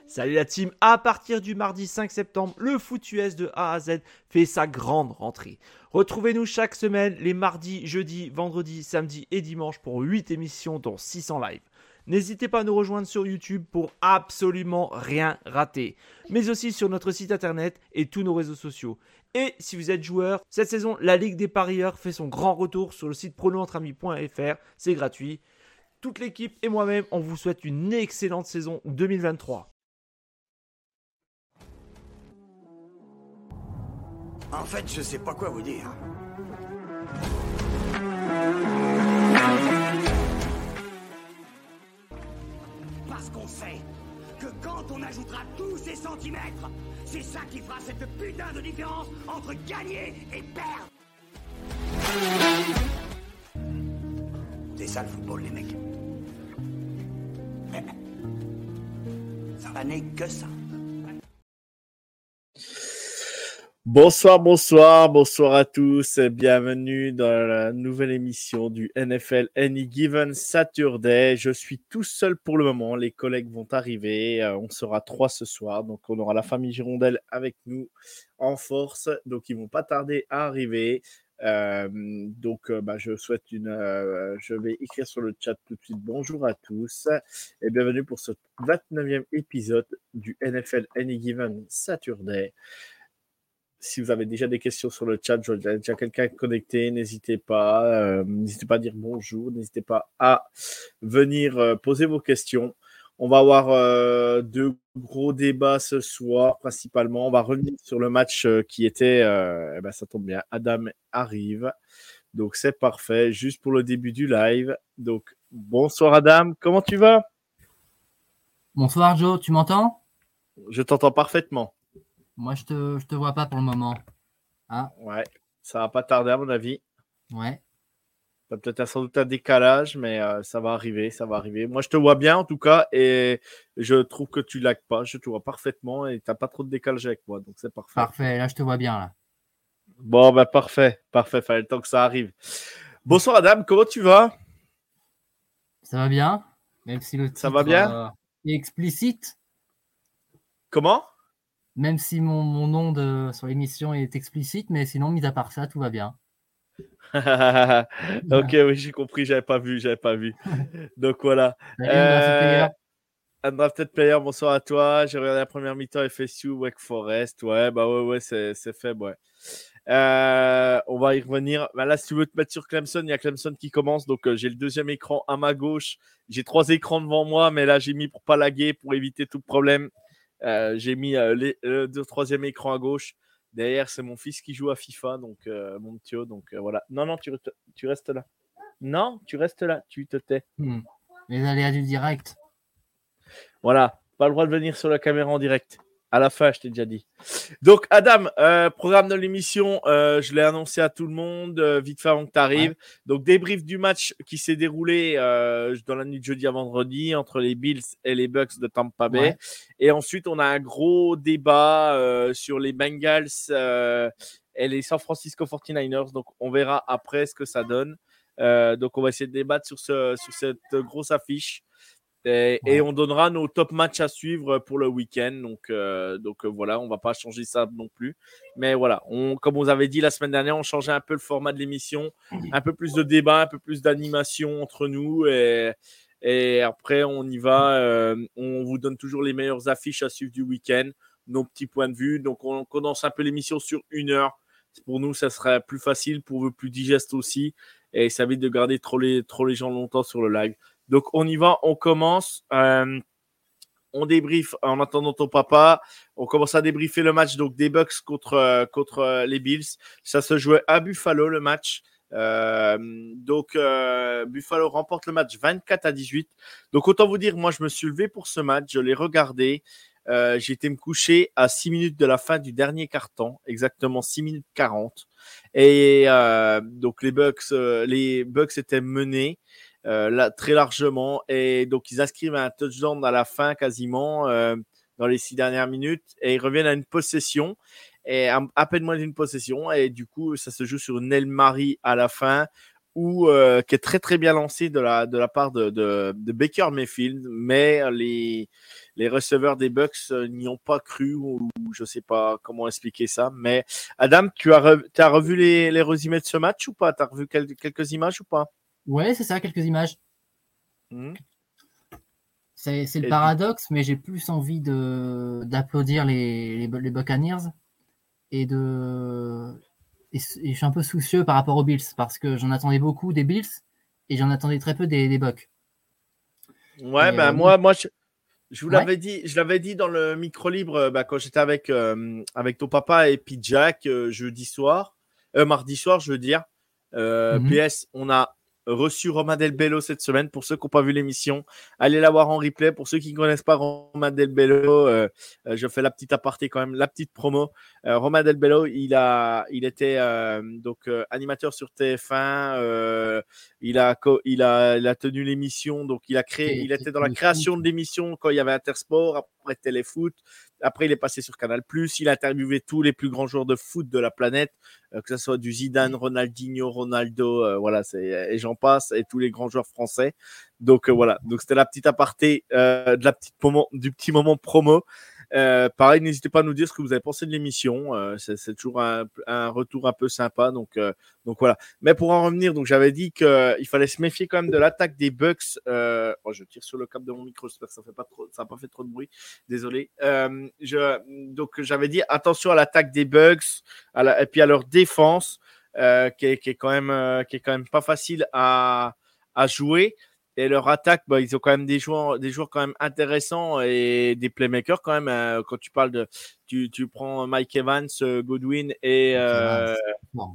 Salut la team, à partir du mardi 5 septembre, le foot US de A à Z fait sa grande rentrée. Retrouvez-nous chaque semaine les mardis, jeudis, vendredis, samedis et dimanches pour 8 émissions dont 600 live. N'hésitez pas à nous rejoindre sur YouTube pour absolument rien rater, mais aussi sur notre site internet et tous nos réseaux sociaux. Et si vous êtes joueur, cette saison, la Ligue des parieurs fait son grand retour sur le site pronoentrami.fr, c'est gratuit. Toute l'équipe et moi-même, on vous souhaite une excellente saison 2023. En fait, je sais pas quoi vous dire. Parce qu'on sait que quand on ajoutera tous ces centimètres, c'est ça qui fera cette putain de différence entre gagner et perdre. C'est ça le football, les mecs. Ça n'est que ça. Bonsoir à tous. Bienvenue dans la nouvelle émission du NFL Any Given Saturday. Je suis tout seul pour le moment. Les collègues vont arriver. On sera 3 ce soir. Donc, on aura la famille Girondelle avec nous en force. Donc, ils vont pas tarder à arriver. Je vais écrire sur le chat tout de suite. Bonjour à tous et bienvenue pour ce 29e épisode du NFL Any Given Saturday. Si vous avez déjà des questions sur le chat, je vois déjà quelqu'un connecté, n'hésitez pas à dire bonjour, n'hésitez pas à venir poser vos questions. On va avoir 2 gros débats ce soir, principalement. On va revenir sur le match qui était, ça tombe bien, Adam arrive. Donc, c'est parfait, juste pour le début du live. Donc, bonsoir Adam, comment tu vas? Bonsoir Joe, tu m'entends? Je t'entends parfaitement. Moi, je te vois pas pour le moment. Ah. Ouais, ça va pas tarder à mon avis. Ouais. Peut-être sans doute un décalage, mais ça va arriver. Moi, je te vois bien en tout cas et je trouve que tu lags pas. Je te vois parfaitement et tu n'as pas trop de décalage avec moi, donc c'est parfait. Parfait, là, je te vois bien. Là. Bon, parfait. Fallait le temps que ça arrive. Bonsoir Adam, comment tu vas? Ça va bien, même si le titre ça va bien est explicite. Comment? Même si mon nom sur l'émission est explicite, mais sinon, mis à part ça, tout va bien. Ok, oui, j'ai compris, j'avais pas vu. Donc voilà. Salut, Undrafted Player, bonsoir à toi. J'ai regardé la première mi-temps FSU, Wake Forest. Ouais, c'est fait, ouais. On va y revenir. Là, si tu veux te mettre sur Clemson, il y a Clemson qui commence. Donc, j'ai le deuxième écran à ma gauche. J'ai 3 écrans devant moi, mais là, j'ai mis pour pas laguer, pour éviter tout problème. J'ai mis le troisième écran à gauche. Derrière, c'est mon fils qui joue à FIFA, donc mon Thio. Donc voilà. Non, tu restes là. Non, tu restes là. Tu te tais. Les aléas du direct. Voilà. Pas le droit de venir sur la caméra en direct. À la fin, je t'ai déjà dit. Donc, Adam, programme de l'émission, je l'ai annoncé à tout le monde vite fait avant que tu arrives. Ouais. Donc, débrief du match qui s'est déroulé dans la nuit de jeudi à vendredi entre les Bills et les Bucks de Tampa Bay. Ouais. Et ensuite, on a un gros débat sur les Bengals et les San Francisco 49ers. Donc, on verra après ce que ça donne. Donc, on va essayer de débattre sur cette grosse affiche. Et on donnera nos top matchs à suivre pour le week-end. Donc voilà, on ne va pas changer ça non plus. Mais voilà, comme on vous avait dit la semaine dernière, on changeait un peu le format de l'émission. Un peu plus de débat, un peu plus d'animation entre nous. Et après, on y va. On vous donne toujours les meilleures affiches à suivre du week-end, nos petits points de vue. Donc, on condense un peu l'émission sur 1 heure. Pour nous, ça serait plus facile, pour vous plus digeste aussi. Et ça évite de garder trop les gens longtemps sur le live. Donc, on y va, on commence. On débrief en attendant ton papa. On commence à débriefer le match donc, des Bucks contre les Bills. Ça se jouait à Buffalo, le match. Buffalo remporte le match 24-18. Donc, autant vous dire, moi, je me suis levé pour ce match. Je l'ai regardé. J'ai été me coucher à 6 minutes de la fin du dernier quart-temps, exactement 6 minutes 40. Et donc, les Bucks étaient menés. Là, très largement, et donc ils inscrivent un touchdown à la fin quasiment dans les 6 dernières minutes et ils reviennent à une possession et à peine moins d'une possession et du coup ça se joue sur une Hail Mary à la fin qui est très très bien lancé de la part de Baker Mayfield, mais les receveurs des Bucks n'y ont pas cru, ou je sais pas comment expliquer ça. Mais Adam, t'as revu les résumés de ce match ou pas? T'as revu quelques images ou pas? Ouais, c'est ça, quelques images. Mhm. C'est le Et paradoxe, mais j'ai plus envie d'applaudir les Buccaneers et et je suis un peu soucieux par rapport aux Bills parce que j'en attendais beaucoup des Bills et j'en attendais très peu des Bucks. Ouais, Et ben oui, moi, je vous ouais. l'avais dit dans le micro libre quand j'étais avec ton papa et puis Jack mardi soir, je veux dire. Mhm. PS, on a reçu Romain Del Bello cette semaine. Pour ceux qui n'ont pas vu l'émission, allez la voir en replay. Pour ceux qui ne connaissent pas Romain Del Bello, je fais la petite aparté quand même, la petite promo. Romain Del Bello, il était animateur sur TF1. Il a tenu l'émission, donc il était dans la création de l'émission quand il y avait Intersport, après Téléfoot, après il est passé sur Canal+, il a interviewé tous les plus grands joueurs de foot de la planète, que ce soit du Zidane, Ronaldinho, Ronaldo, voilà, et j'en passe, et tous les grands joueurs français. Donc voilà, donc c'était la petite aparté du petit moment promo. Pareil, n'hésitez pas à nous dire ce que vous avez pensé de l'émission. C'est toujours un retour un peu sympa. Donc voilà. Mais pour en revenir, donc j'avais dit qu'il fallait se méfier quand même de l'attaque des Bucks. Je tire sur le câble de mon micro, j'espère que ça n'a pas fait trop de bruit. Désolé. Donc j'avais dit attention à l'attaque des Bucks et puis à leur défense qui est quand même pas facile à jouer. Et leur attaque, ils ont quand même des joueurs quand même intéressants et des playmakers quand même. Quand tu parles tu prends Mike Evans, Godwin Bon.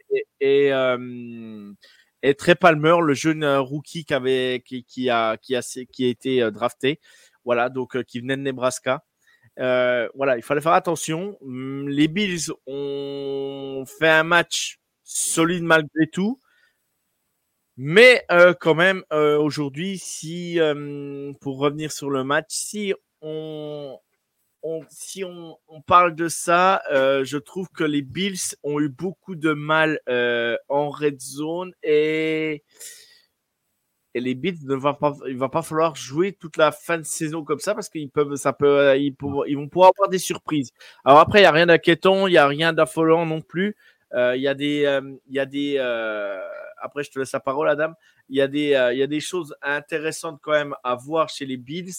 et Trey Palmer, le jeune rookie qui a été drafté. Voilà, donc qui venait de Nebraska. Voilà, il fallait faire attention. Les Bills ont fait un match solide malgré tout. Mais quand même, aujourd'hui, pour revenir sur le match, si on parle de ça, je trouve que les Bills ont eu beaucoup de mal en red zone et les Bills il va pas falloir jouer toute la fin de saison comme ça parce qu'ils vont pouvoir avoir des surprises. Alors après, il y a rien d'inquiétant, il y a rien d'affolant non plus. Il y a des après je te laisse la parole, Adam. Il y a des choses intéressantes quand même à voir chez les Bills.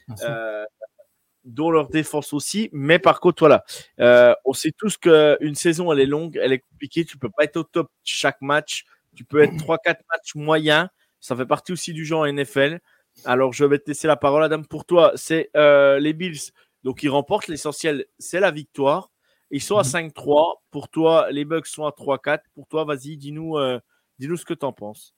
Dont leur défense aussi, mais par contre, voilà, on sait tous qu'une saison, elle est longue, elle est compliquée, tu peux pas être au top chaque match, tu peux être 3-4 matchs moyens, ça fait partie aussi du genre NFL. Alors, je vais te laisser la parole, Adam. Pour toi, c'est les Bills, donc ils remportent, l'essentiel, c'est la victoire. Ils sont à 5-3, pour toi, les Bucks sont à 3-4, pour toi, vas-y, dis-nous ce que tu en penses.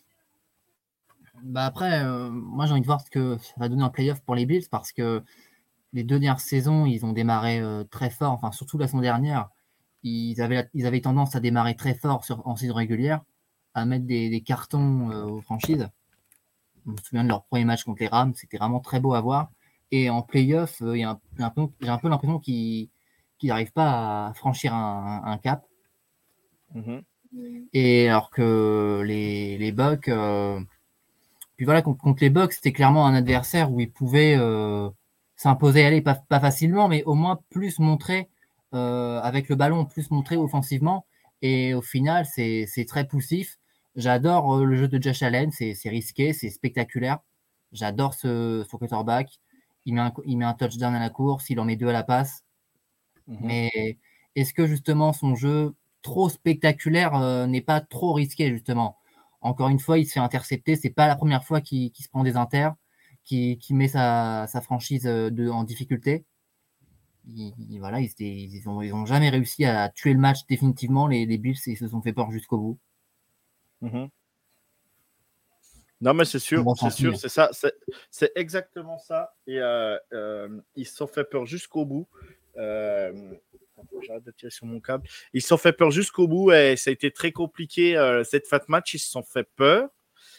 Bah après, moi j'ai envie de voir ce que ça va donner en playoff pour les Bills parce que les 2 dernières saisons, ils ont démarré très fort, enfin surtout la saison dernière, ils avaient tendance à démarrer très fort en saison régulière, à mettre des cartons aux franchises. Je me souviens de leur premier match contre les Rams, c'était vraiment très beau à voir. Et en playoff, j'ai un peu l'impression qu'ils n'arrivent pas à franchir un cap. Mm-hmm. Et alors que les Bucks, puis voilà, contre les Bucks, c'était clairement un adversaire où ils pouvaient s'imposer, allez, pas facilement, mais au moins plus montrer avec le ballon, plus montrer offensivement. Et au final, c'est très poussif. J'adore le jeu de Josh Allen, c'est risqué, c'est spectaculaire. J'adore son quarterback. Il met un touchdown à la course, il en met 2 à la passe. Mais est-ce que justement son jeu trop spectaculaire n'est pas trop risqué justement? Encore une fois, il se fait intercepter. C'est pas la première fois qu'il se prend des inters, qui met sa franchise en difficulté. Voilà, ils ont jamais réussi à tuer le match définitivement. Les Bills, ils se sont fait peur jusqu'au bout. Mm-hmm. Non, mais c'est sûr, c'est ça, c'est exactement ça. Et ils se sont fait peur jusqu'au bout. J'arrête de tirer sur mon câble. Ils se sont fait peur jusqu'au bout et ça a été très compliqué cette fin de match. Ils se sont fait peur.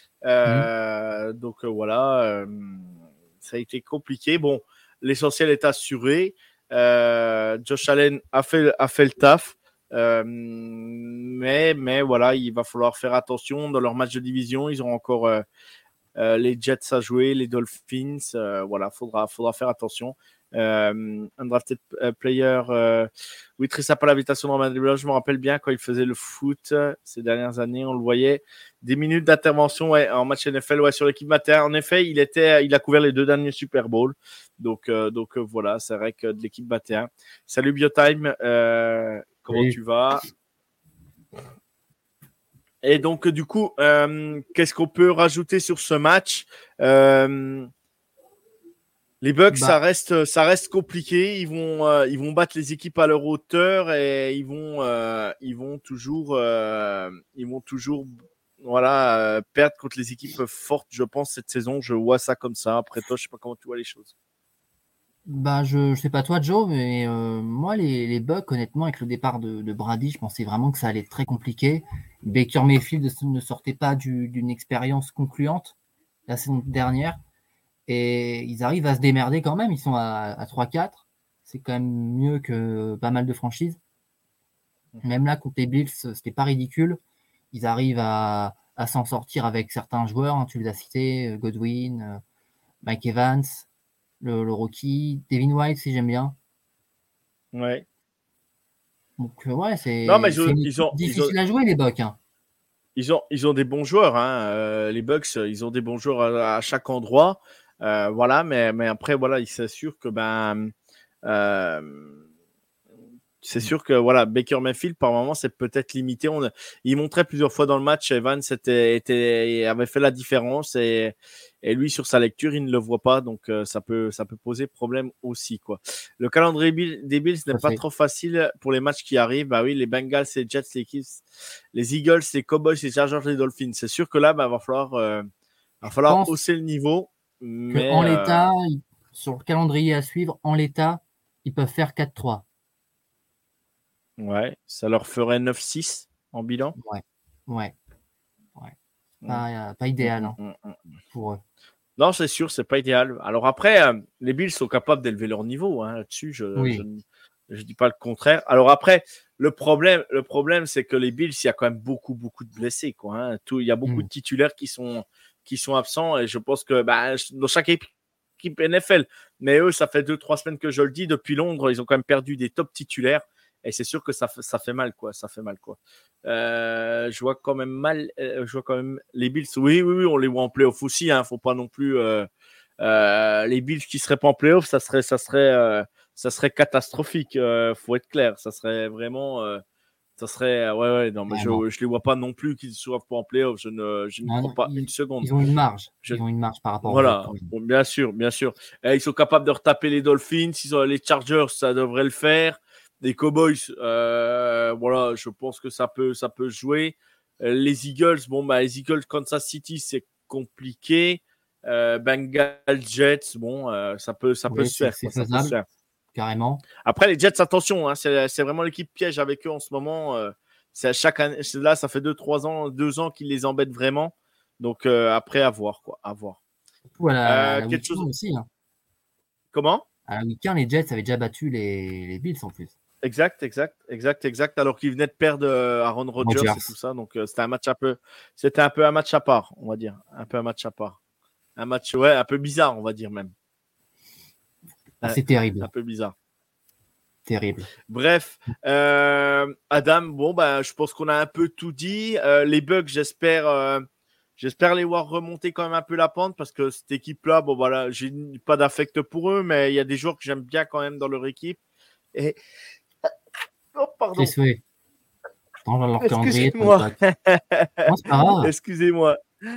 Donc voilà, ça a été compliqué. Bon, l'essentiel est assuré. Josh Allen a fait le taf. Mais voilà, il va falloir faire attention dans leur match de division. Ils ont encore les Jets à jouer, les Dolphins. Voilà, faudra faire attention. Undrafted player, oui, très sympa l'invitation dans Mandela. Je me rappelle bien quand il faisait le foot ces dernières années, on le voyait. Des minutes d'intervention en match NFL sur l'équipe matin. En effet, il a couvert les 2 derniers Super Bowl. Donc voilà, c'est vrai que de l'équipe 21. Salut Biotime, comment tu vas? Et donc du coup, qu'est-ce qu'on peut rajouter sur ce match? Les Bucks, ça reste compliqué. Ils vont battre les équipes à leur hauteur et ils vont toujours perdre contre les équipes fortes. Je pense cette saison, je vois ça comme ça. Après toi, je sais pas comment tu vois les choses. Je sais pas toi, Joe, mais moi, les Bucks, honnêtement, avec le départ de Brady, je pensais vraiment que ça allait être très compliqué. Baker Mayfield ne sortait pas d'une expérience concluante la saison dernière. Et ils arrivent à se démerder quand même. Ils sont à 3-4. C'est quand même mieux que pas mal de franchises. Même là, contre les Bills, c'était pas ridicule. Ils arrivent à s'en sortir avec certains joueurs. Hein, tu les as cités, Godwin, Mike Evans, le rookie, Devin White, si j'aime bien. Ouais. Donc, ouais, c'est difficile à jouer, les Bucks. Hein. Ils ont des bons joueurs. Hein. Les Bucks, ils ont des bons joueurs à chaque endroit. Voilà, mais après, voilà, ils s'assurent que c'est sûr que voilà, Baker Mayfield, par moment, c'est peut-être limité. Il montrait plusieurs fois dans le match, Evans avait fait la différence et lui, sur sa lecture, il ne le voit pas. Donc, ça peut poser problème aussi, quoi. Le calendrier des Bills n'est pas trop facile pour les matchs qui arrivent. Bah oui, les Bengals, les Jets, les Chiefs, les Eagles, les Cowboys, les Chargers, les Dolphins. C'est sûr que là, va falloir hausser le niveau. Mais en l'état, sur le calendrier à suivre, en l'état, ils peuvent faire 4-3. Ouais, ça leur ferait 9-6 en bilan. Ouais. Pas idéal pour eux. Non, c'est sûr, c'est pas idéal. Alors après, les Bills sont capables d'élever leur niveau là-dessus. Je dis pas le contraire. Alors après, le problème, c'est que les Bills, il y a quand même beaucoup de blessés, quoi. Hein. Il y a beaucoup de titulaires qui sont absents et je pense que dans chaque équipe NFL, mais eux, ça fait 2-3 semaines que je le dis. Depuis Londres, ils ont quand même perdu des top titulaires. Et c'est sûr que ça fait mal, quoi. Je vois quand même les Bills. Oui, on les voit en playoff aussi. Faut pas non plus les Bills qui seraient pas en playoff, ça serait catastrophique. Faut être clair. Ça serait vraiment. Non, mais je les vois pas non plus qu'ils soient pas en playoff. Je ne crois pas une seconde. Ils ont une marge. Ils ont une marge par rapport. Voilà. Bon, bien sûr. Ils sont capables de retaper les Dolphins. Ils ont les Chargers, ça devrait le faire. Les Cowboys, voilà, je pense que ça peut jouer. Les Eagles, les Eagles Kansas City, c'est compliqué. Bengals Jets, ça peut se faire. C'est faisable, carrément. Après, les Jets, attention, hein, c'est vraiment l'équipe piège avec eux en ce moment. C'est à chaque année, là, ça fait 2 ans qu'ils les embêtent vraiment. Donc, après, à voir, quoi. À voir. Voilà, quelque chose aussi. Hein. Comment? À la week-end, les Jets avaient déjà battu les Bills en plus. Exact. Alors qu'ils venaient de perdre Aaron Rodgers et tout ça. Donc, c'était un match à part, on va dire. Un peu un match à part. Un match, un peu bizarre, on va dire même. C'est terrible. Un peu bizarre. Terrible. Bref, Adam, je pense qu'on a un peu tout dit. Les Bucks, j'espère les voir remonter quand même un peu la pente parce que cette équipe-là, j'ai pas d'affect pour eux, mais il y a des joueurs que j'aime bien quand même dans leur équipe. Et oh, pardon. Excusez-moi. Excusez-moi.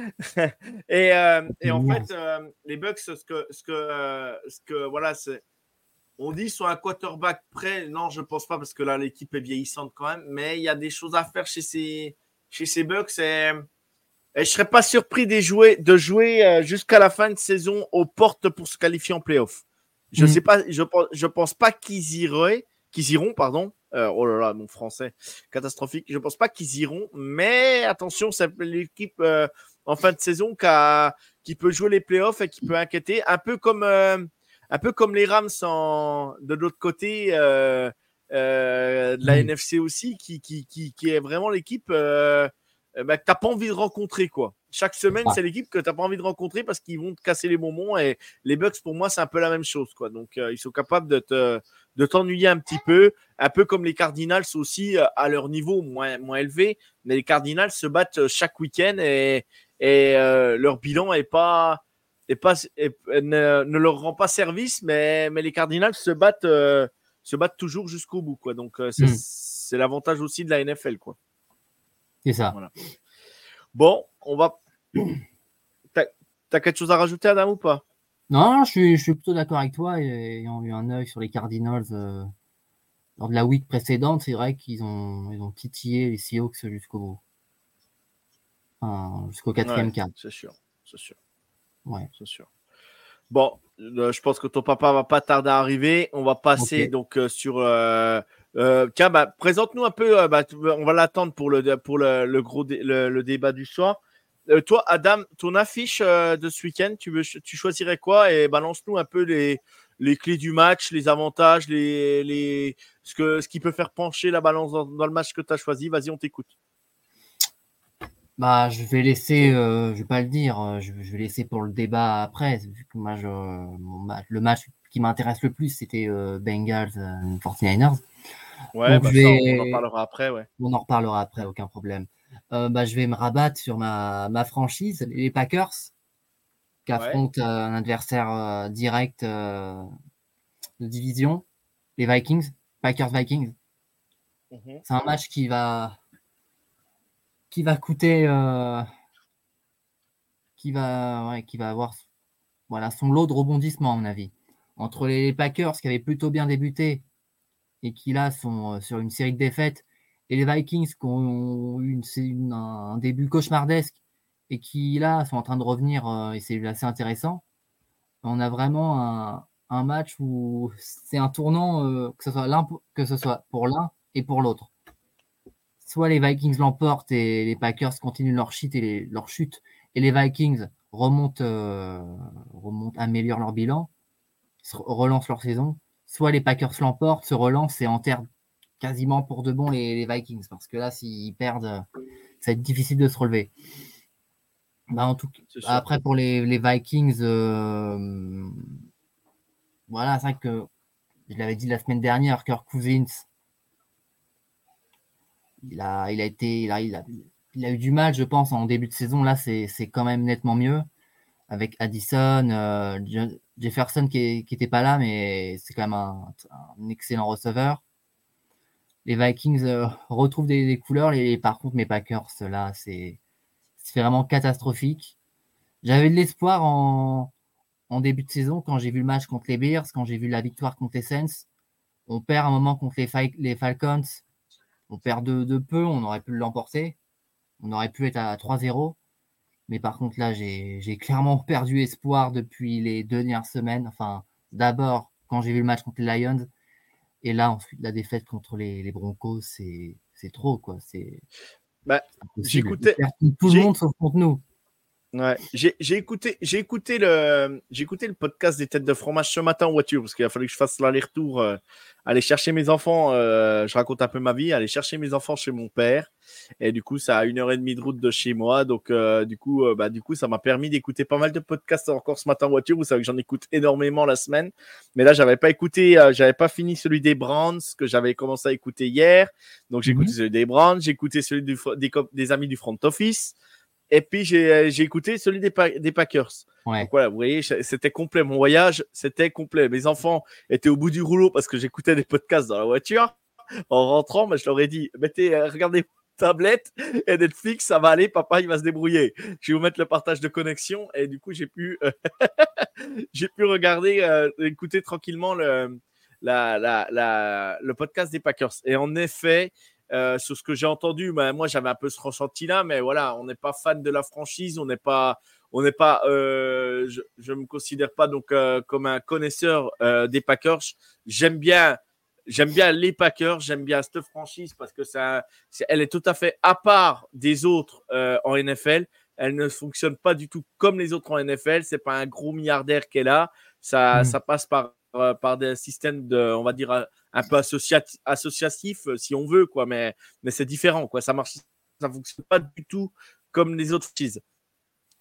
Et en fait, les Bucks, ce que voilà, c'est. On dit sur un quarterback prêt. Non, je pense pas parce que là, l'équipe est vieillissante quand même. Mais il y a des choses à faire chez ces Bucks. Et je serais pas surpris de jouer jusqu'à la fin de saison aux portes pour se qualifier en playoff. Je sais pas. Je pense pas qu'ils iront, pardon. Oh là là, mon français catastrophique. Je pense pas qu'ils iront, mais attention, c'est l'équipe en fin de saison qui peut jouer les playoffs et qui peut inquiéter, un peu comme les Rams de l'autre côté de la NFC aussi, qui est vraiment l'équipe que t'as pas envie de rencontrer, quoi. chaque semaine, c'est l'équipe que tu n'as pas envie de rencontrer parce qu'ils vont te casser les bonbons. Et les Bucks, pour moi, c'est un peu la même chose, quoi. Donc, ils sont capables de t'ennuyer un petit peu comme les Cardinals aussi, à leur niveau moins élevé. Mais les Cardinals se battent chaque week-end et leur bilan ne leur rend pas service, mais les Cardinals se battent toujours jusqu'au bout, quoi. Donc, c'est l'avantage aussi de la NFL, quoi. C'est ça. Voilà. Bon, on va. T'as quelque chose à rajouter, Adam, ou pas? Non, je suis plutôt d'accord avec toi. Ayant eu un œil sur les Cardinals lors de la week précédente, c'est vrai qu'ils ont titillé les Seahawks jusqu'au 4e quart. C'est sûr. Ouais. C'est sûr. Bon, je pense que ton papa va pas tarder à arriver. On va passer donc sur. Tiens, présente-nous un peu. On va l'attendre pour le gros le débat du soir. Toi, Adam, ton affiche de ce week-end, tu choisirais quoi? Et balance-nous un peu les clés du match, les avantages, ce qui peut faire pencher la balance dans le match que tu as choisi. Vas-y, on t'écoute. Je vais laisser, je vais pas le dire, je vais laisser pour le débat après, vu que moi, le match qui m'intéresse le plus, c'était Bengals 49ers. Ouais, donc on en parlera après, ouais. On en reparlera après, aucun problème. Je vais me rabattre sur ma franchise, les Packers, qui affrontent un adversaire direct de division, les Vikings, Packers-Vikings. C'est un match qui va coûter, qui va avoir son lot de rebondissements, à mon avis. Entre les Packers qui avaient plutôt bien débuté et qui là sont sur une série de défaites, et les Vikings qui ont eu un début cauchemardesque et qui là sont en train de revenir, et c'est assez intéressant. On a vraiment un match où c'est un tournant, que ce soit pour l'un et pour l'autre. Soit les Vikings l'emportent et les Packers continuent leur chute et les Vikings remontent, améliorent leur bilan, relancent leur saison. Soit les Packers l'emportent, se relancent et enterrent quasiment pour de bon les Vikings, parce que là, s'ils perdent, ça va être difficile de se relever. En tout cas, après, pour les Vikings, voilà, c'est vrai que je l'avais dit la semaine dernière, Kirk Cousins, il a eu du mal, je pense, en début de saison. Là, c'est quand même nettement mieux. Avec Addison, Jefferson qui était pas là, mais c'est quand même un excellent receveur. Les Vikings retrouvent des couleurs. Par contre, mes Packers, là, c'est vraiment catastrophique. J'avais de l'espoir en début de saison quand j'ai vu le match contre les Bears, quand j'ai vu la victoire contre les Saints. On perd un moment contre les Falcons. On perd de peu, on aurait pu l'emporter. On aurait pu être à 3-0. Mais par contre, là, j'ai clairement perdu espoir depuis les 2 dernières semaines. Enfin, d'abord, quand j'ai vu le match contre les Lions. Et là, ensuite, la défaite contre les Broncos, c'est trop, quoi. C'est j'écoutais tout le monde sauf contre nous. Ouais, j'ai écouté le podcast des Têtes de Fromage ce matin en voiture parce qu'il a fallu que je fasse l'aller-retour, aller chercher mes enfants. Je raconte un peu ma vie, aller chercher mes enfants chez mon père et du coup ça a 1h30 de route de chez moi, donc du coup ça m'a permis d'écouter pas mal de podcasts encore ce matin en voiture. Vous savez que j'en écoute énormément la semaine, mais là j'avais pas fini celui des Browns que j'avais commencé à écouter hier, donc j'ai écouté celui des Browns, j'ai écouté celui des amis du front office. Et puis, j'ai écouté celui des Packers. Ouais. Donc voilà, vous voyez, c'était complet. Mon voyage, c'était complet. Mes enfants étaient au bout du rouleau parce que j'écoutais des podcasts dans la voiture. En rentrant, je leur ai dit, regardez tablette et Netflix, ça va aller. Papa, il va se débrouiller. Je vais vous mettre le partage de connexion. Et du coup, j'ai pu regarder, écouter tranquillement le podcast des Packers. Et en effet, sur ce que j'ai entendu, moi j'avais un peu ce ressenti-là, mais voilà, on n'est pas fan de la franchise, je me considère pas donc comme un connaisseur des Packers. J'aime bien les Packers, j'aime bien cette franchise parce que elle est tout à fait à part des autres en NFL. Elle ne fonctionne pas du tout comme les autres en NFL. C'est pas un gros milliardaire qu'elle a. Ça passe par des systèmes on va dire un peu associatif si on veut, quoi, mais c'est différent, quoi. Ça fonctionne pas du tout comme les autres franchises.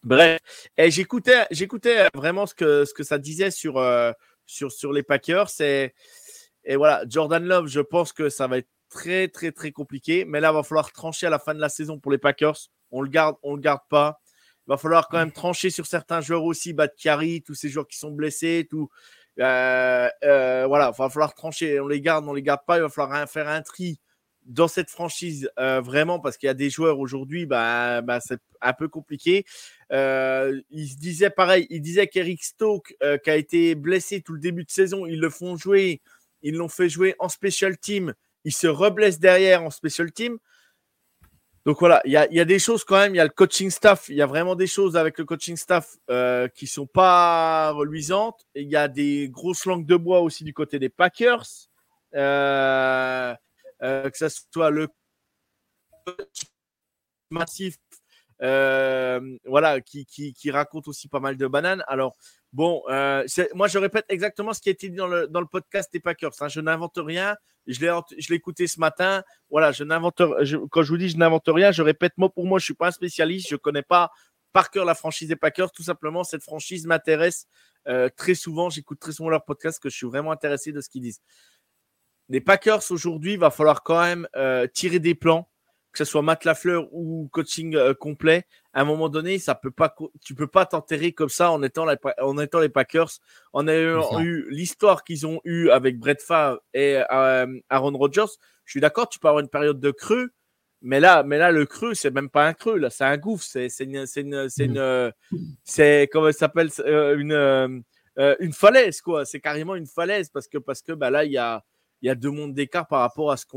Bref, et j'écoutais vraiment ce que ça disait sur les Packers. Et voilà, Jordan Love, je pense que ça va être très, très, très compliqué. Mais là, il va falloir trancher à la fin de la saison pour les Packers. On le garde pas. Il va falloir quand même trancher sur certains joueurs aussi, Bakhtiari, tous ces joueurs qui sont blessés, tout. Voilà, il va falloir trancher. On les garde pas. Il va falloir faire un tri dans cette franchise vraiment, parce qu'il y a des joueurs aujourd'hui, c'est un peu compliqué. Il disait qu'Eric Stokes, qui a été blessé tout le début de saison, ils l'ont fait jouer en special team, il se reblesse derrière en special team. Donc voilà, il y a des choses quand même, il y a le coaching staff, il y a vraiment des choses avec le coaching staff qui sont pas reluisantes. Et il y a des grosses langues de bois aussi du côté des Packers, que ça soit le coach massif, voilà, qui raconte aussi pas mal de bananes. Alors bon, moi je répète exactement ce qui a été dit dans le podcast des Packers. Hein. Je n'invente rien. Je l'ai écouté ce matin. Voilà, quand je vous dis je n'invente rien, je répète mot pour mot. Je suis pas un spécialiste. Je connais pas par cœur la franchise des Packers. Tout simplement, cette franchise m'intéresse très souvent. J'écoute très souvent leur podcast, que je suis vraiment intéressé de ce qu'ils disent. Les Packers aujourd'hui, il va falloir quand même tirer des plans, que ce soit Matt LaFleur ou coaching complet. À un moment donné, tu peux pas t'enterrer comme ça en étant les Packers. On a eu l'histoire qu'ils ont eue avec Brett Favre et Aaron Rodgers. Je suis d'accord, tu peux avoir une période de creux, mais là, le creux, c'est même pas un creux, là, c'est un gouffre. C'est comment ça s'appelle, une falaise, quoi. C'est carrément une falaise parce que là, il y a 2 mondes d'écart par rapport à ce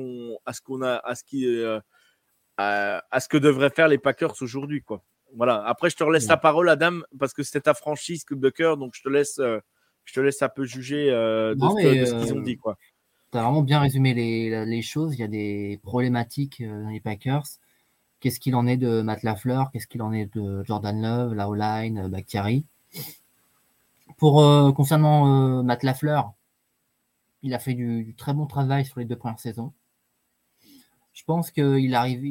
que devraient faire les Packers aujourd'hui, quoi. Voilà. Après, je te laisse la parole, Adam, parce que c'était ta franchise Club de cœur, donc je te laisse un peu juger de ce qu'ils ont dit, quoi. Tu as vraiment bien résumé les choses. Il y a des problématiques dans les Packers. Qu'est-ce qu'il en est de Matt LaFleur? Qu'est-ce qu'il en est de Jordan Love, la O-line, Bakhtiari? Concernant Matt LaFleur, il a fait du très bon travail sur les 2 premières saisons. Je pense qu'il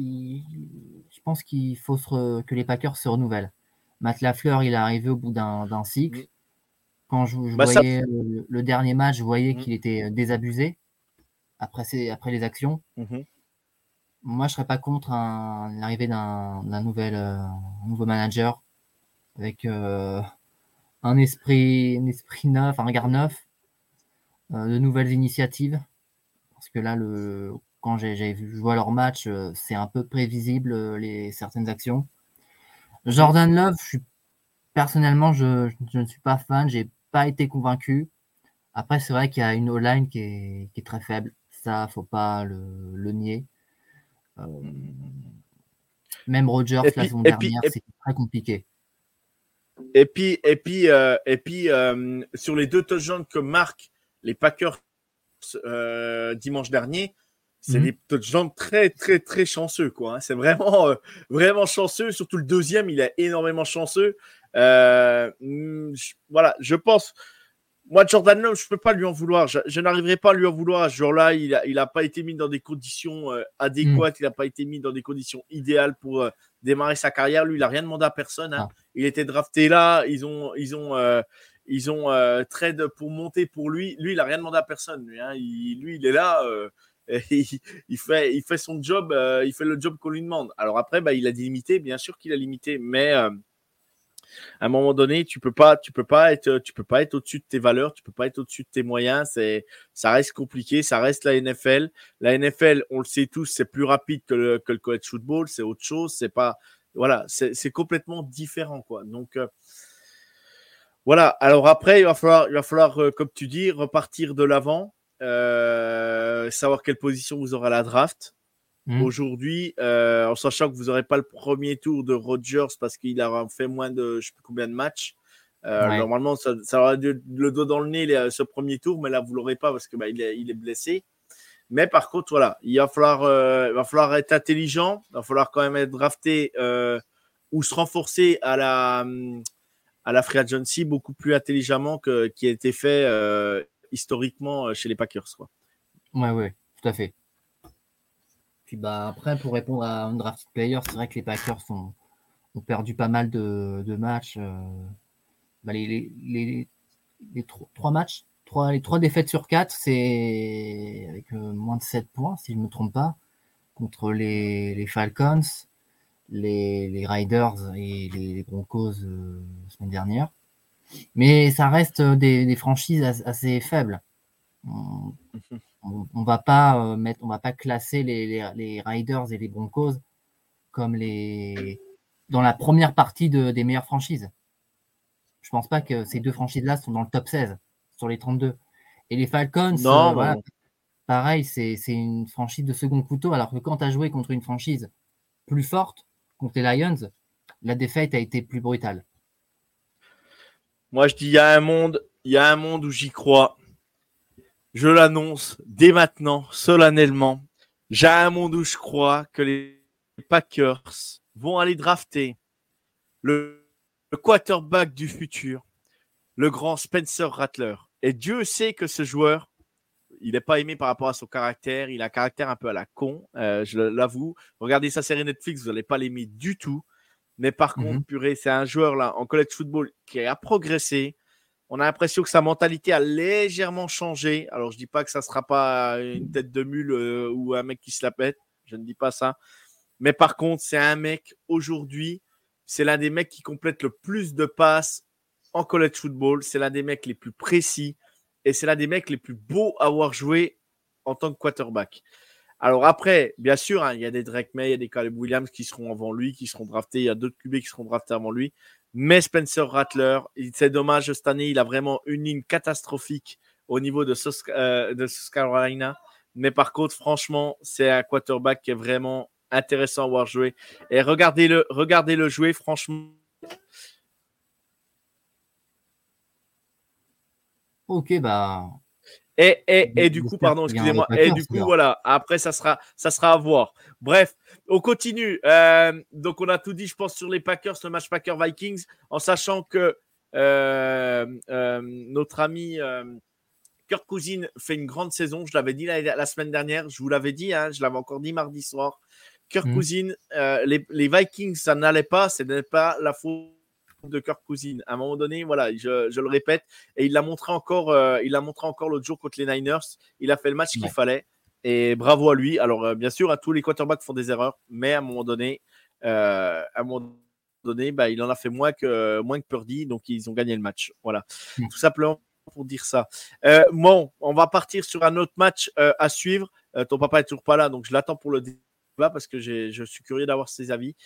faut que les Packers se renouvellent. Matt LaFleur, il est arrivé au bout d'un cycle. Quand je voyais le dernier match, je voyais qu'il était désabusé après les actions. Moi, je serais pas contre l'arrivée d'un nouveau manager avec un esprit neuf, un regard neuf, de nouvelles initiatives. Parce que là, quand je vois leur match, c'est un peu prévisible, certaines actions. Jordan Love, personnellement, je ne suis pas fan, j'ai pas été convaincu. Après, c'est vrai qu'il y a une O-line qui est très faible. Ça, faut pas le nier. Même Rodgers, la saison dernière, c'est très compliqué. Et puis, sur les 2 touchdowns que marquent les Packers dimanche dernier, c'est des touchdowns très, très, très chanceux, quoi. Hein. C'est vraiment, vraiment chanceux. Surtout le deuxième, il est énormément chanceux. Voilà, je pense. Moi, Jordan Love, je peux pas lui en vouloir. Je n'arriverai pas à lui en vouloir. Ce jour-là, il a pas été mis dans des conditions adéquates. Il n'a pas été mis dans des conditions idéales pour démarrer sa carrière. Lui, il a rien demandé à personne. Hein. Il était drafté là. Ils ont trade pour monter pour lui. Lui, il a rien demandé à personne. Lui, hein. Il est là. Il fait son job. Il fait le job qu'on lui demande. Alors après, il a des limités. Bien sûr qu'il a limité, mais à un moment donné, tu peux pas être au-dessus de tes valeurs, tu peux pas être au-dessus de tes moyens. Ça reste compliqué, ça reste la NFL. La NFL, on le sait tous, c'est plus rapide que le college football, c'est autre chose. C'est pas, voilà, c'est complètement différent, quoi. Donc voilà. Alors après, il va falloir, comme tu dis, repartir de l'avant, savoir quelle position vous aurez à la draft. Aujourd'hui, en sachant que vous n'aurez pas le premier tour de Rodgers parce qu'il a fait moins de je ne sais plus combien de matchs. Normalement, ça aura le dos dans le nez ce premier tour, mais là, vous ne l'aurez pas parce qu'il est blessé. Mais par contre, voilà, il va falloir être intelligent. Il va falloir quand même être drafté ou se renforcer à la free agency beaucoup plus intelligemment qui a été fait historiquement chez les Packers, quoi. Ouais, tout à fait. Puis après, pour répondre à un draft player, c'est vrai que les Packers ont perdu pas mal de matchs. Les 3 matchs, les 3 défaites sur 4, c'est avec moins de 7 points, si je ne me trompe pas, contre les Falcons, les Riders et les Broncos la semaine dernière. Mais ça reste des franchises assez faibles. On va pas classer les Riders et les Broncos comme dans la première partie des meilleures franchises. Je pense pas que ces deux franchises-là sont dans le top 16 sur les 32. Et les Falcons, voilà, pareil, c'est une franchise de second couteau, alors que quand tu as joué contre une franchise plus forte, contre les Lions, la défaite a été plus brutale. Moi, je dis, il y a un monde où j'y crois. Je l'annonce dès maintenant, solennellement. J'ai un monde où je crois que les Packers vont aller drafter le quarterback du futur, le grand Spencer Rattler. Et Dieu sait que ce joueur, il n'est pas aimé par rapport à son caractère. Il a un caractère un peu à la con, je l'avoue. Regardez sa série Netflix, vous n'allez pas l'aimer du tout. Mais par contre, purée, c'est un joueur là en college football qui a progressé. On a l'impression que sa mentalité a légèrement changé. Alors, je ne dis pas que ça ne sera pas une tête de mule ou un mec qui se la pète. Je ne dis pas ça. Mais par contre, c'est un mec, aujourd'hui, c'est l'un des mecs qui complète le plus de passes en college football. C'est l'un des mecs les plus précis. Et c'est l'un des mecs les plus beaux à avoir joué en tant que quarterback. Alors après, bien sûr, hein, il y a des Drake May, il y a des Caleb Williams qui seront avant lui, qui seront draftés. Il y a d'autres QB qui seront draftés avant lui. Mais Spencer Rattler, c'est dommage, cette année, il a vraiment une ligne catastrophique au niveau de South Carolina. Mais par contre, franchement, c'est un quarterback qui est vraiment intéressant à voir jouer. Et regardez-le jouer, franchement. Ok, bah. Et du coup, pardon, excusez-moi. Et du coup, voilà. Après, ça sera à voir. Bref, on continue. Donc, on a tout dit, je pense, sur les Packers, le match Packers-Vikings, en sachant que notre ami Kirk Cousins fait une grande saison. Je l'avais dit la semaine dernière. Je vous l'avais dit, hein, je l'avais encore dit mardi soir. Kirk Cousins, les Vikings, ça n'allait pas. Ce n'est pas la faute de Kirk Cousins. À un moment donné, voilà, je le répète, et il l'a montré encore l'autre jour contre les Niners. Il a fait le match qu'il fallait, et bravo à lui. Alors, bien sûr, tous les quarterbacks font des erreurs, mais à un moment donné, bah, il en a fait moins que Purdy, donc ils ont gagné le match. Voilà, tout simplement pour dire ça. Bon, on va partir sur un autre match à suivre. Ton papa est toujours pas là, donc je l'attends pour le débat parce que je suis curieux d'avoir ses avis.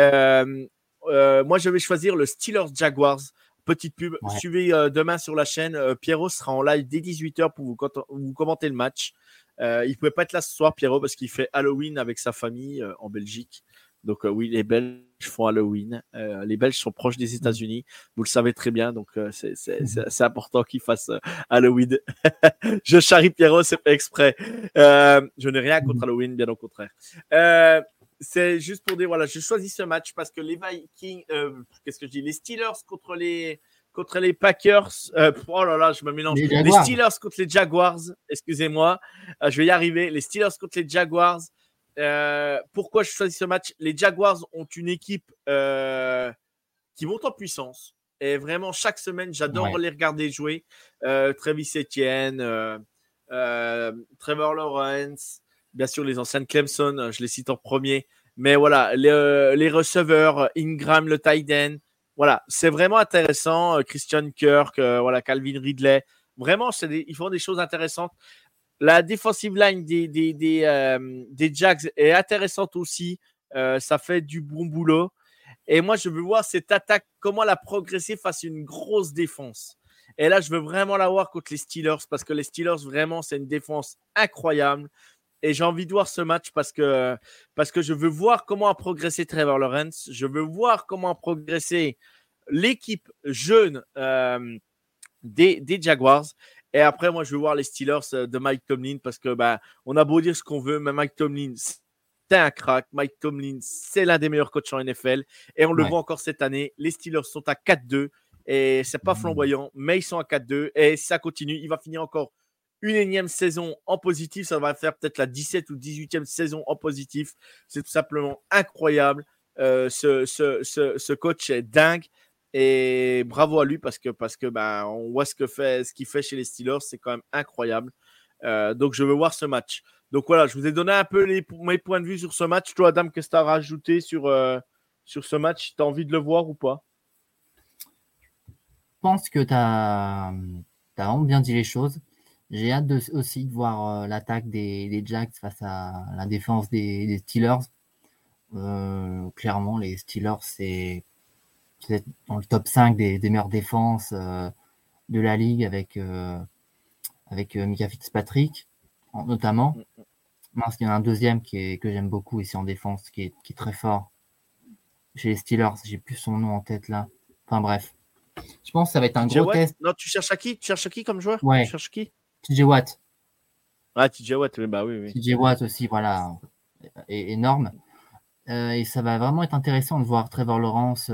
Moi, je vais choisir le Steelers-Jaguars. Petite pub. Ouais. Suivez demain sur la chaîne. Pierrot sera en live dès 18h pour vous commenter le match. Il ne pouvait pas être là ce soir, Pierrot, parce qu'il fait Halloween avec sa famille en Belgique. Donc, oui, les Belges font Halloween. Les Belges sont proches des États-Unis. Vous le savez très bien. Donc, c'est important qu'ils fassent Halloween. Je charrie Pierrot, c'est pas exprès. Je n'ai rien contre Halloween, bien au contraire. C'est juste pour dire, voilà, j'ai choisi ce match parce que les Vikings, les Steelers contre les Packers, oh là là, je me mélange. Les Steelers contre les Jaguars, excusez-moi, je vais y arriver. Les Steelers contre les Jaguars. Pourquoi je choisis ce match? Les Jaguars ont une équipe qui monte en puissance. Et vraiment, chaque semaine, j'adore les regarder jouer. Travis Etienne, Trevor Lawrence, bien sûr, les anciens de Clemson, je les cite en premier. Mais voilà, les receveurs, Ingram, le tight end. Voilà, c'est vraiment intéressant. Christian Kirk, voilà, Calvin Ridley. Vraiment, ils font des choses intéressantes. La defensive line des Jags est intéressante aussi. Ça fait du bon boulot. Et moi, je veux voir cette attaque, comment elle a progressé face à une grosse défense. Et là, je veux vraiment la voir contre les Steelers parce que les Steelers, vraiment, c'est une défense incroyable. Et j'ai envie de voir ce match parce que je veux voir comment a progressé Trevor Lawrence. Je veux voir comment a progressé l'équipe jeune des Jaguars. Et après, moi, je veux voir les Steelers de Mike Tomlin parce que on a beau dire ce qu'on veut, mais Mike Tomlin, c'est un crack. Mike Tomlin, c'est l'un des meilleurs coachs en NFL. Et on le voit encore cette année. Les Steelers sont à 4-2 et c'est pas flamboyant, mais ils sont à 4-2. Et si ça continue, il va finir encore une énième saison en positif. Ça va faire peut-être la 17 ou 18e saison en positif. C'est tout simplement incroyable. ce coach est dingue. Et bravo à lui parce que on voit ce qu'il fait chez les Steelers, c'est quand même incroyable. Donc je veux voir ce match. Donc voilà, je vous ai donné un peu mes points de vue sur ce match. Toi, Adam, qu'est-ce que tu as rajouté sur ce match? Tu as envie de le voir ou pas? Je pense que tu as vraiment bien dit les choses. J'ai hâte aussi de voir l'attaque des Jags face à la défense des Steelers. Clairement, les Steelers, c'est peut-être dans le top 5 des meilleures défenses de la ligue avec Micah Fitzpatrick, notamment. Mince, il y en a un deuxième que j'aime beaucoup ici en défense, qui est très fort chez les Steelers. J'ai plus son nom en tête là. Enfin bref. Je pense que ça va être un gros test. Non, tu cherches à qui? Tu cherches à qui comme joueur? Ouais. Tu cherches qui? TJ Watt. Ah, TJ Watt, bah oui. TJ Watt aussi, voilà, est énorme. Et ça va vraiment être intéressant de voir Trevor Lawrence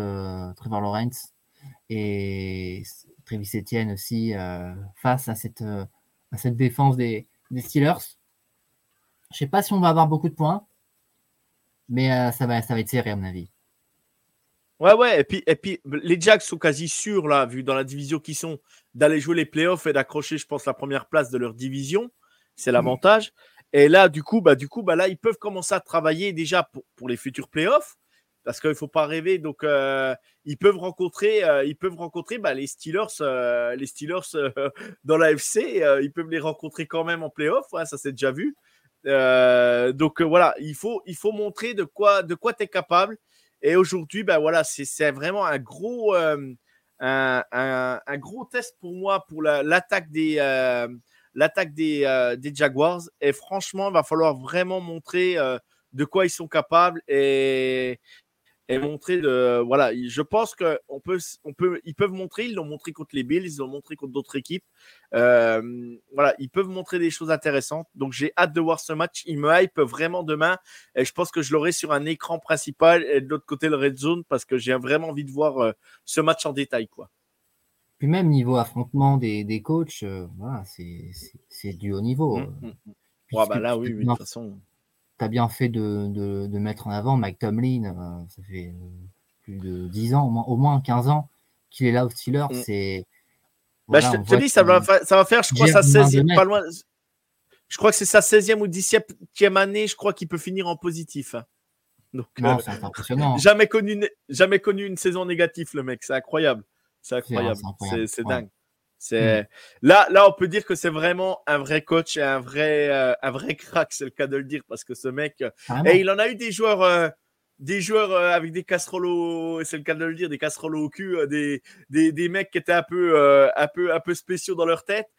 et Travis Etienne aussi face à cette défense des Steelers. Je sais pas si on va avoir beaucoup de points, mais ça va être serré à mon avis. Ouais. Et puis les Jags sont quasi sûrs, là, vu dans la division qu'ils sont, d'aller jouer les playoffs et d'accrocher, je pense, la première place de leur division. C'est l'avantage. Et là, du coup, là, ils peuvent commencer à travailler déjà pour les futurs playoffs. Parce qu'il ne faut pas rêver. Donc, ils peuvent rencontrer les Steelers, dans l'AFC. Ils peuvent les rencontrer quand même en playoff. Ouais, ça, c'est déjà vu. Donc, voilà, il faut montrer de quoi tu es capable. Et aujourd'hui, c'est vraiment un gros test pour moi pour l'attaque des Jaguars. Et franchement, il va falloir vraiment montrer de quoi ils sont capables et montrer je pense ils peuvent montrer, ils l'ont montré contre les Bills, ils l'ont montré contre d'autres équipes. Ils peuvent montrer des choses intéressantes. Donc j'ai hâte de voir ce match. Il me hype vraiment demain et je pense que je l'aurai sur un écran principal et de l'autre côté le Red Zone parce que j'ai vraiment envie de voir ce match en détail, quoi. Puis même niveau affrontement des coachs, voilà, c'est du haut niveau. Là, oui, de toute façon. Tu as bien fait de mettre en avant Mike Tomlin. Ça fait plus de 10 ans, au moins 15 ans qu'il est là aux Steelers. Voilà, je te dis, ça va faire, je crois, sa 16e, pas loin. Je crois que c'est sa 16e ou 17e année. Je crois qu'il peut finir en positif. Donc, non, c'est impressionnant. Jamais connu une saison négative, le mec. C'est incroyable. C'est incroyable. C'est dingue. Là, on peut dire que c'est vraiment un vrai coach et un vrai crack, c'est le cas de le dire, parce que ce mec, et il en a eu des joueurs avec des casseroles c'est le cas de le dire, des casseroles au cul, des mecs qui étaient un peu spéciaux dans leur tête.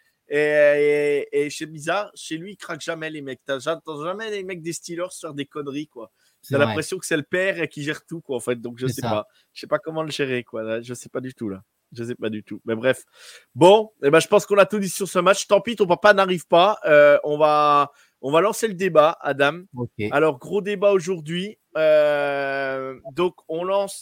Et c'est bizarre, chez lui, il craque jamais les mecs. T'entends jamais les mecs des Steelers faire des conneries, quoi. T'as l'impression que c'est le père et qui gère tout, quoi, en fait. Donc, je sais pas comment le gérer, quoi. Je sais pas du tout, là. Je sais pas du tout. Mais bref. Bon, je pense qu'on a tout dit sur ce match. Tant pis, ton papa n'arrive pas. On va lancer le débat, Adam. Okay. Alors, gros débat aujourd'hui. Donc, on lance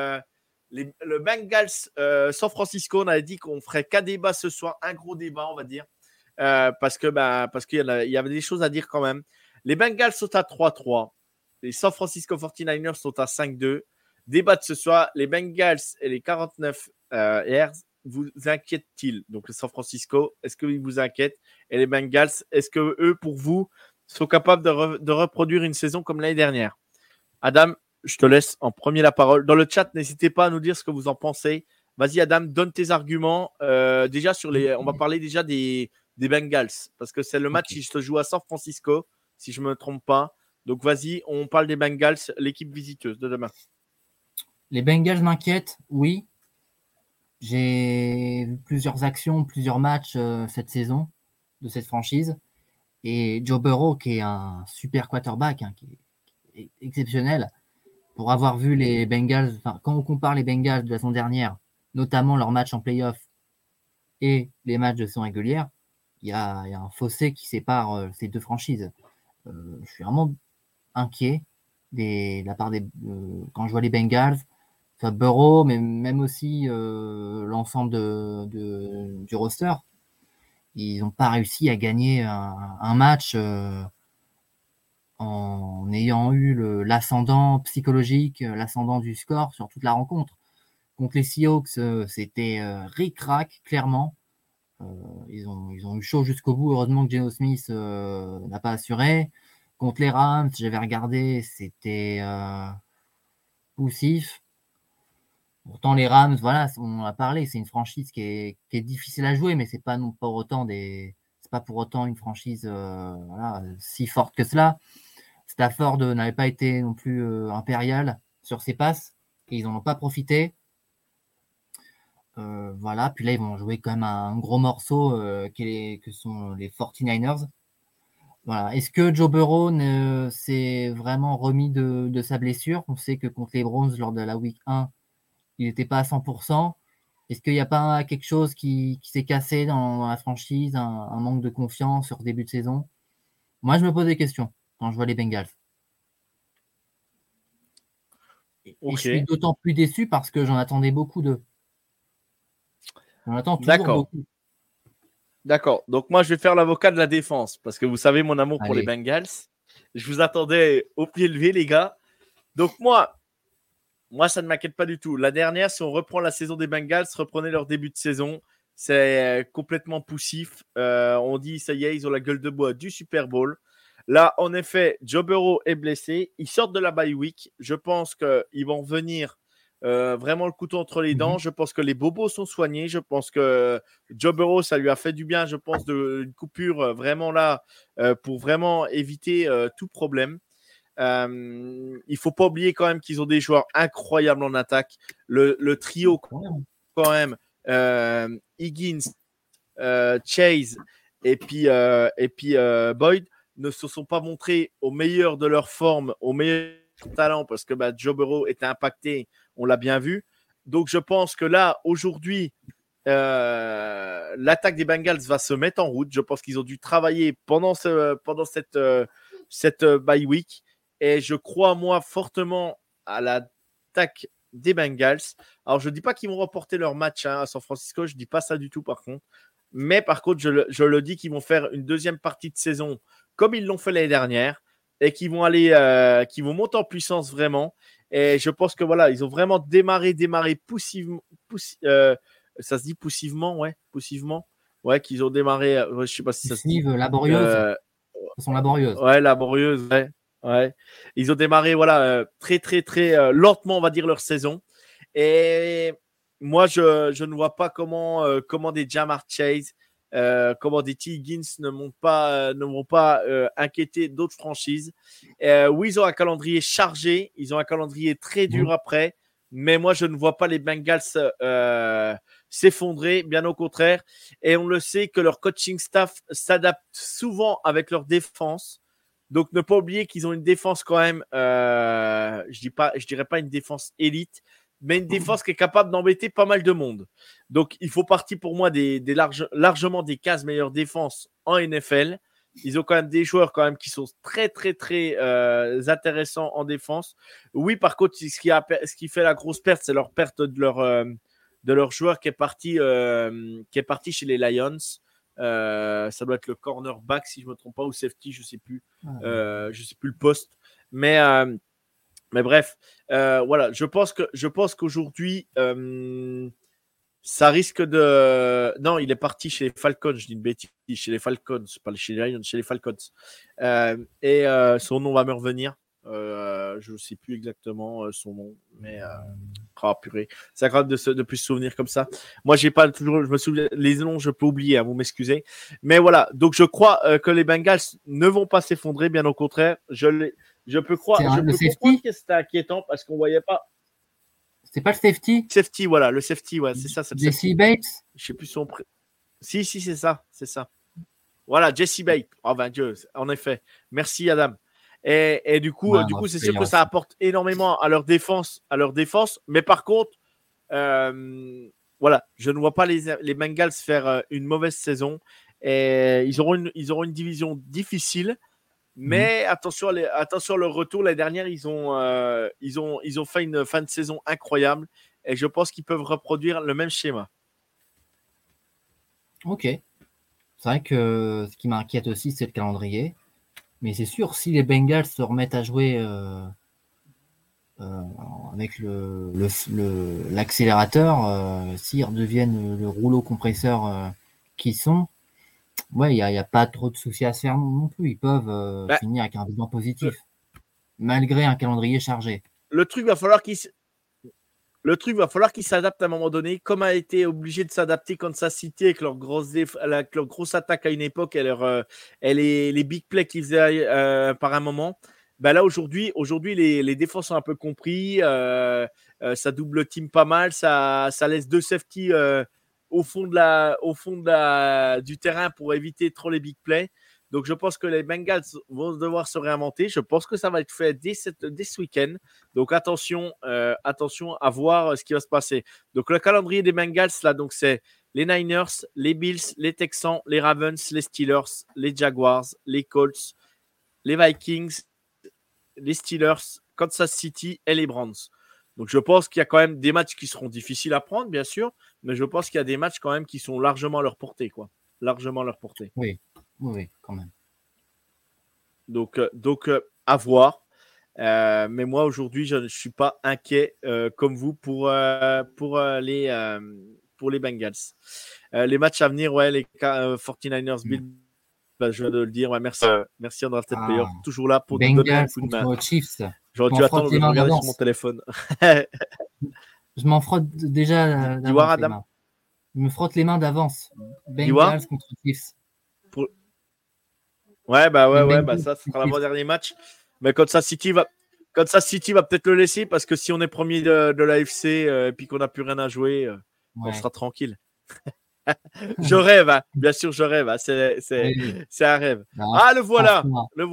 le Bengals San Francisco. On avait dit qu'on ferait 4 débats ce soir. Un gros débat, on va dire. Parce qu'il y avait des choses à dire quand même. Les Bengals sont à 3-3. Les San Francisco 49ers sont à 5-2. Débat de ce soir, les Bengals et les 49 Yards vous inquiètent-ils? Donc le San Francisco, est-ce qu'ils vous inquiètent? Et les Bengals, est-ce que eux, pour vous, sont capables de reproduire une saison comme l'année dernière? Adam, je te laisse en premier la parole. Dans le chat, n'hésitez pas à nous dire ce que vous en pensez. Vas-y Adam, donne tes arguments. Déjà on va parler déjà des Bengals parce que c'est le match qui se joue à San Francisco, si je ne me trompe pas. Donc vas-y, on parle des Bengals, l'équipe visiteuse de demain. Les Bengals m'inquiètent, oui. J'ai vu plusieurs actions, plusieurs matchs cette saison de cette franchise. Et Joe Burrow, qui est un super quarterback, qui est exceptionnel, pour avoir vu les Bengals, quand on compare les Bengals de la saison dernière, notamment leurs matchs en playoff et les matchs de saison régulière, il y a un fossé qui sépare ces deux franchises. Je suis vraiment inquiet de la part quand je vois les Bengals, Burrow, mais même aussi l'ensemble du roster. Ils n'ont pas réussi à gagner un match en ayant eu l'ascendant psychologique, l'ascendant du score sur toute la rencontre. Contre les Seahawks, c'était ric-rac, clairement. Ils ont eu chaud jusqu'au bout. Heureusement que Geno Smith n'a pas assuré. Contre les Rams, j'avais regardé, c'était poussif. Pourtant, les Rams, voilà, on en a parlé, c'est une franchise qui est difficile à jouer, mais c'est pas pour autant une franchise voilà, si forte que cela. Stafford n'avait pas été non plus impérial sur ses passes et ils n'en ont pas profité. Voilà, puis là ils vont jouer quand même un gros morceau que sont les 49ers. Voilà. Est-ce que Joe Burrow s'est vraiment remis de sa blessure? On sait que contre les Browns lors de la week 1, il n'était pas à 100%. Est-ce qu'il n'y a pas quelque chose qui s'est cassé dans la franchise, un manque de confiance sur ce début de saison? Moi, je me pose des questions quand je vois les Bengals. Et je suis d'autant plus déçu parce que j'en attendais beaucoup d'eux. J'en attends toujours beaucoup. D'accord. Donc, moi, je vais faire l'avocat de la défense parce que vous savez mon amour pour les Bengals. Je vous attendais au pied levé, les gars. Donc, moi, ça ne m'inquiète pas du tout. La dernière, si on reprend la saison des Bengals, reprenez leur début de saison. C'est complètement poussif. On dit, ça y est, ils ont la gueule de bois du Super Bowl. Là, en effet, Joe Burrow est blessé. Ils sortent de la bye week. Je pense qu'ils vont venir vraiment le couteau entre les dents. Je pense que les bobos sont soignés. Je pense que Joe Burrow, ça lui a fait du bien, je pense, une coupure vraiment là pour vraiment éviter tout problème. Il ne faut pas oublier quand même qu'ils ont des joueurs incroyables en attaque. Le trio, quand même, Higgins, Chase et puis Boyd ne se sont pas montrés au meilleur de leur forme, au meilleur talent parce que Joe Burrow était impacté, on l'a bien vu. Donc je pense que là, aujourd'hui, l'attaque des Bengals va se mettre en route. Je pense qu'ils ont dû travailler pendant cette bye week. Et je crois, moi, fortement à l'attaque des Bengals. Alors, je ne dis pas qu'ils vont remporter leur match à San Francisco. Je ne dis pas ça du tout, par contre. Mais par contre, je le dis qu'ils vont faire une deuxième partie de saison comme ils l'ont fait l'année dernière et qu'ils vont qu'ils vont monter en puissance vraiment. Et je pense que voilà, ils ont vraiment démarré poussivement. Ça se dit poussivement, ouais, poussivement. Ouais, qu'ils ont démarré. Je ne sais pas si ça se dit. Laborieuse. Elles sont laborieuses. Ouais, laborieuses, ouais. Ouais. Ils ont démarré très, très, très lentement, on va dire, leur saison. Et moi, je ne vois pas comment des Ja'Marr Chase, comment des T. Higgins ne vont pas inquiéter d'autres franchises. Oui, ils ont un calendrier chargé. Ils ont un calendrier très dur après. Mais moi, je ne vois pas les Bengals s'effondrer, bien au contraire. Et on le sait que leur coaching staff s'adapte souvent avec leur défense. Donc, ne pas oublier qu'ils ont une défense quand même, je dirais pas une défense élite, mais une défense qui est capable d'embêter pas mal de monde. Donc, il faut partir pour moi largement des 15 meilleures défenses en NFL. Ils ont quand même des joueurs quand même qui sont très, très, très intéressants en défense. Oui, par contre, ce qui fait la grosse perte, c'est leur perte de leur joueur qui est parti chez les Lions. Ça doit être le cornerback si je me trompe pas, ou safety, je sais plus le poste, mais bref, voilà, je pense qu'aujourd'hui ça risque de non, il est parti chez les Falcons, je dis une bêtise, chez les Falcons, pas chez les Lions, chez les Falcons, et son nom va me revenir. Je ne sais plus exactement son nom, mais purée, c'est grave de plus se souvenir comme ça. Moi, j'ai pas toujours, je me souviens les noms, je peux oublier, vous m'excusez. Mais voilà, donc je crois que les Bengals ne vont pas s'effondrer, bien au contraire. Je peux comprendre que c'était inquiétant parce qu'on voyait pas. C'est pas le safety. Safety, voilà, le safety, ouais, c'est ça. Jesse Bates. Je sais plus son prénom. Si, c'est ça. Voilà, Jesse Bates. Oh ben Dieu, en effet. Merci Adam. Et du coup, c'est sûr que ça apporte énormément à leur défense. Mais par contre, voilà, je ne vois pas les Bengals faire une mauvaise saison. Et ils auront une division difficile. Mais attention à leur retour. L'année dernière, ils ont fait une fin de saison incroyable. Et je pense qu'ils peuvent reproduire le même schéma. Ok. C'est vrai que ce qui m'inquiète aussi, c'est le calendrier. Mais c'est sûr, si les Bengals se remettent à jouer avec l'accélérateur, s'ils redeviennent le rouleau compresseur qu'ils sont, ouais, il y a pas trop de soucis à se faire non plus. Ils peuvent finir avec un bilan positif, malgré un calendrier chargé. Le truc va falloir qu'il s'adapte à un moment donné, comme a été obligé de s'adapter Kansas City avec leur grosse attaque à une époque et les big plays qu'ils faisaient par un moment. Ben là, aujourd'hui, les défenses ont un peu compris. Ça double team pas mal. Ça laisse 2 safety au fond du terrain pour éviter trop les big plays. Donc, je pense que les Bengals vont devoir se réinventer. Je pense que ça va être fait dès ce week-end. Donc, attention à voir ce qui va se passer. Donc, le calendrier des Bengals, là, donc, c'est les Niners, les Bills, les Texans, les Ravens, les Steelers, les Jaguars, les Colts, les Vikings, les Steelers, Kansas City et les Browns. Donc, je pense qu'il y a quand même des matchs qui seront difficiles à prendre, bien sûr. Mais je pense qu'il y a des matchs quand même qui sont largement à leur portée, quoi. Largement à leur portée. Oui, quand même. Donc à voir. Mais moi, aujourd'hui, je ne suis pas inquiet comme vous pour les Bengals. Les matchs à venir, ouais, les 49ers, Bills, je viens de le dire. Ouais, merci André Player, toujours là pour nous donner un coup de main. Chiefs. J'aurais dû attendre de regarder sur mon téléphone. Je m'en frotte déjà d'avance. Adam. Je me frotte les mains d'avance. Bengals contre Chiefs. Ouais, ça sera l'avant-dernier match. Mais Kansas City va peut-être le laisser parce que si on est premier de l'AFC et puis qu'on n'a plus rien à jouer, on sera tranquille. Je rêve, hein. Bien sûr, je rêve. Hein. C'est un rêve. Le voilà.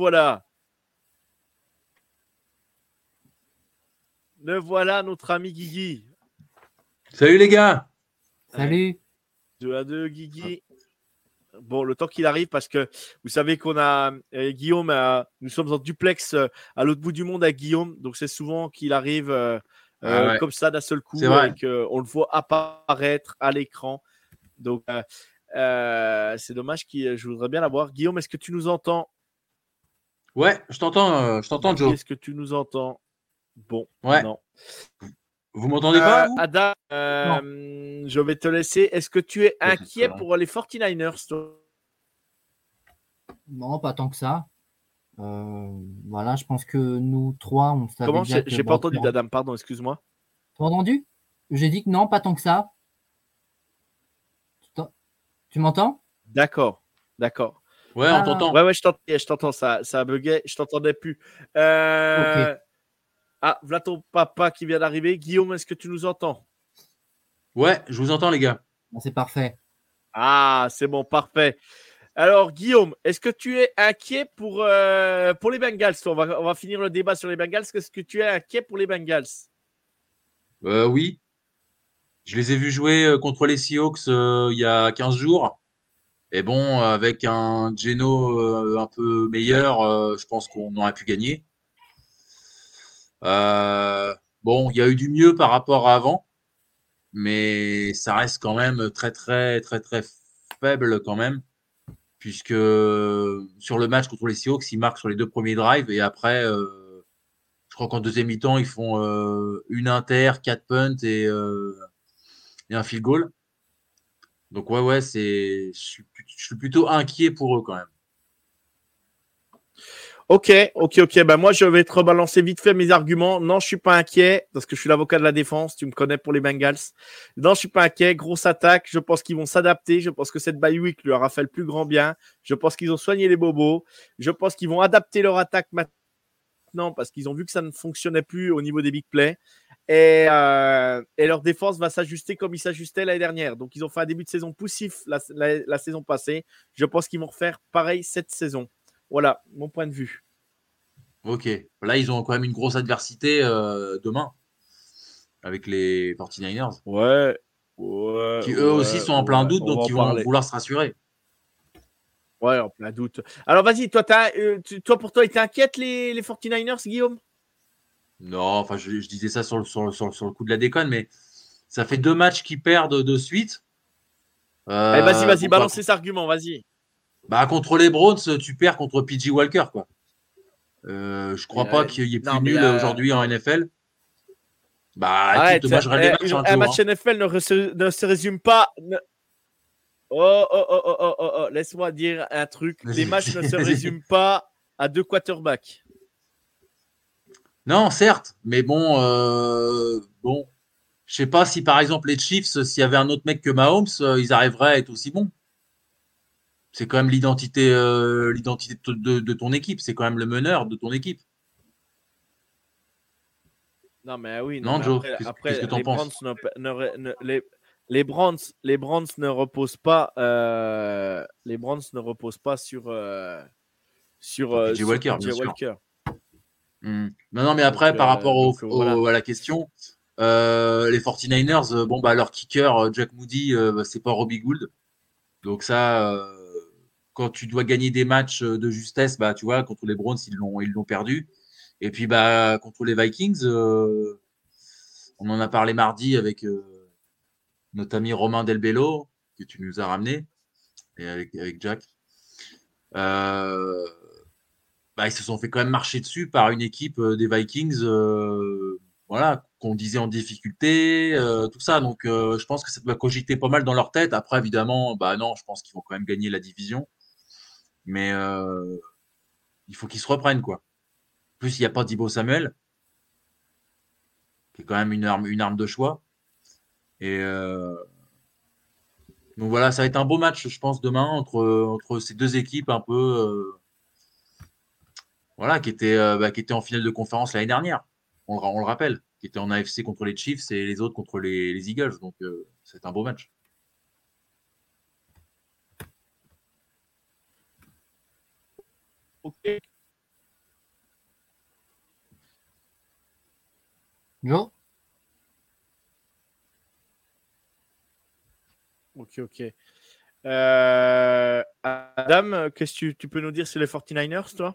Le voilà, notre ami Guigui. Salut les gars. Salut. 2-2, Guigui. Bon, le temps qu'il arrive, parce que vous savez qu'on a Guillaume, nous sommes en duplex à l'autre bout du monde avec Guillaume, donc c'est souvent qu'il arrive comme ça d'un seul coup et qu'on le voit apparaître à l'écran. Donc, c'est dommage je voudrais bien l'avoir. Guillaume, est-ce que tu nous entends? Ouais, je t'entends, Joe. Est-ce que tu nous entends? Bon, ouais. Non. Vous m'entendez pas vous Adam, je vais te laisser. Est-ce que tu es inquiet pour les 49ers toi? Non, pas tant que ça. Voilà, je pense que nous trois, on savait. Comment? J'ai pas entendu Adam, pardon, excuse-moi. Tu as entendu? J'ai dit que non, pas tant que ça. Tu m'entends? D'accord. Ouais, on t'entend. Ouais, je t'entends, ça a bugué, je t'entendais plus. Okay. Voilà ton papa qui vient d'arriver. Guillaume, est-ce que tu nous entends? Ouais, je vous entends, les gars. C'est parfait. C'est bon, parfait. Alors, Guillaume, est-ce que tu es inquiet pour les Bengals? On va finir le débat sur les Bengals. Est-ce que tu es inquiet pour les Bengals? Oui. Je les ai vus jouer contre les Seahawks il y a 15 jours. Et bon, avec un Geno un peu meilleur, je pense qu'on aurait pu gagner. Bon, il y a eu du mieux par rapport à avant, mais ça reste quand même très très très très faible quand même, puisque sur le match contre les Seahawks, ils marquent sur les 2 premiers drives et après, je crois qu'en deuxième mi-temps, ils font une inter, 4 punts et un field goal. Donc ouais, je suis plutôt inquiet pour eux quand même. Ok. Ben moi, je vais te rebalancer vite fait mes arguments. Non, je suis pas inquiet parce que je suis l'avocat de la défense. Tu me connais pour les Bengals. Non, je suis pas inquiet. Grosse attaque. Je pense qu'ils vont s'adapter. Je pense que cette bye week leur a fait le plus grand bien. Je pense qu'ils ont soigné les bobos. Je pense qu'ils vont adapter leur attaque maintenant parce qu'ils ont vu que ça ne fonctionnait plus au niveau des big plays. Et leur défense va s'ajuster comme ils s'ajustaient l'année dernière. Donc, ils ont fait un début de saison poussif la saison passée. Je pense qu'ils vont refaire pareil cette saison. Voilà, mon point de vue. Ok. Là, ils ont quand même une grosse adversité demain avec les 49ers. Ouais. Qui eux aussi sont en plein doute, donc ils vont vouloir se rassurer. Ouais, en plein doute. Alors, vas-y, toi, pour toi, tu inquiète les 49ers, Guillaume? Non, enfin, je disais ça sur le coup de la déconne, mais ça fait 2 matchs qu'ils perdent de suite. Allez, vas-y, balance ces arguments, vas-y. Contre les Browns, tu perds contre PJ Walker, quoi. Je crois pas qu'il y ait plus Non, mais nul aujourd'hui en NFL. Bah, arrête, écoute, moi, je regarde les matchs un un match jour. NFL ne se résume pas. Oh, oh, oh, oh, oh, oh, oh, laisse-moi dire un truc. Les matchs ne se Vas-y. résument pas à 2 quarterbacks. Non, certes, mais bon, je sais pas si par exemple les Chiefs, s'il y avait un autre mec que Mahomes, ils arriveraient à être aussi bons. C'est quand même l'identité de ton équipe. C'est quand même le meneur de ton équipe. Non, mais oui, non, Non, mais Joe, qu'est-ce que après t'en les Browns penses? les Browns ne reposent pas Sur PJ sur Walker, bien PJ sûr. Walker. Non, mais après, par rapport Voilà. à la question, les 49ers, bon, bah, leur kicker, Jack Moody, bah, c'est pas Robbie Gould. Donc ça, quand tu dois gagner des matchs de justesse, bah, tu vois, contre les Browns, ils l'ont perdu. Et puis, bah, contre les Vikings, on en a parlé mardi avec notre ami Romain Delbello, que tu nous as ramené, et avec Jack. Euh, Bah, ils se sont fait quand même marcher dessus par une équipe des Vikings, voilà, qu'on disait en difficulté, tout ça. Donc, je pense que ça doit cogiter pas mal dans leur tête. Après, évidemment, bah non, je pense qu'ils vont quand même gagner la division. Mais il faut qu'ils se reprennent, quoi. En plus, il n'y a pas Deebo Samuel, qui est quand même une arme de choix. Et donc voilà, ça va être un beau match, je pense, demain entre ces deux équipes un peu, voilà, qui étaient en finale de conférence l'année dernière. On le rappelle, qui étaient en AFC contre les Chiefs et les autres contre les Eagles. Donc c'est un beau match. Ok. Joe? Ok. Adam, qu'est-ce que tu peux nous dire sur les 49ers, toi?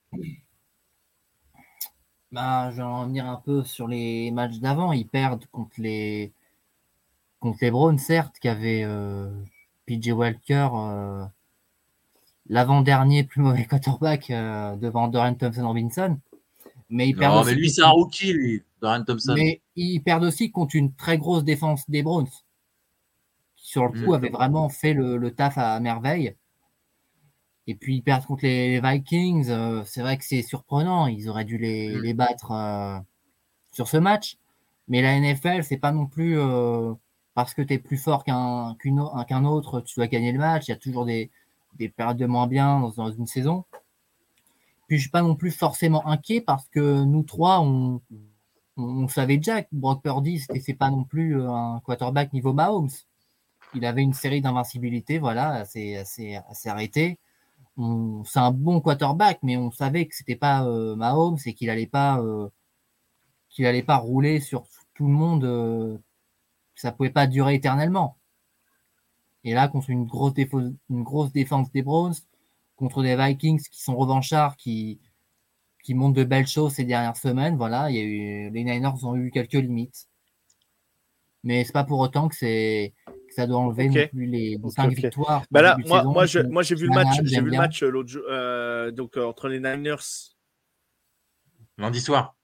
Bah, je vais en revenir un peu sur les matchs d'avant. Ils perdent contre les Browns, certes, qui avaient PJ Walker, l'avant-dernier plus mauvais quarterback devant Dorian Thompson-Robinson. Mais ils perdent Non, mais aussi lui, c'est un rookie, lui, Dorian Thompson. mais ils perdent aussi contre une très grosse défense des Browns, qui sur le coup avait vraiment fait le taf à merveille. Et puis ils perdent contre les Vikings. C'est vrai que c'est surprenant. Ils auraient dû les battre sur ce match. Mais la NFL, c'est pas non plus parce que tu es plus fort qu'un autre, tu dois gagner le match. Il y a toujours des périodes de moins bien dans une saison. Puis je suis pas non plus forcément inquiet parce que nous trois, on savait déjà que Brock Purdy, c'est pas non plus un quarterback niveau Mahomes. Il avait une série d'invincibilité, voilà, assez arrêtée. C'est un bon quarterback, mais on savait que c'était pas Mahomes et qu'il allait pas rouler sur tout le monde. Ça pouvait pas durer éternellement. Et là, contre une grosse défense des Browns, contre des Vikings qui sont revanchards, qui montrent de belles choses ces dernières semaines, voilà, les Niners ont eu quelques limites. Mais c'est pas pour autant que ça doit enlever non plus les 5 victoires. Bah là, début de saison, moi, j'ai vu le match, bien. l'autre jour, donc entre les Niners. Lundi soir.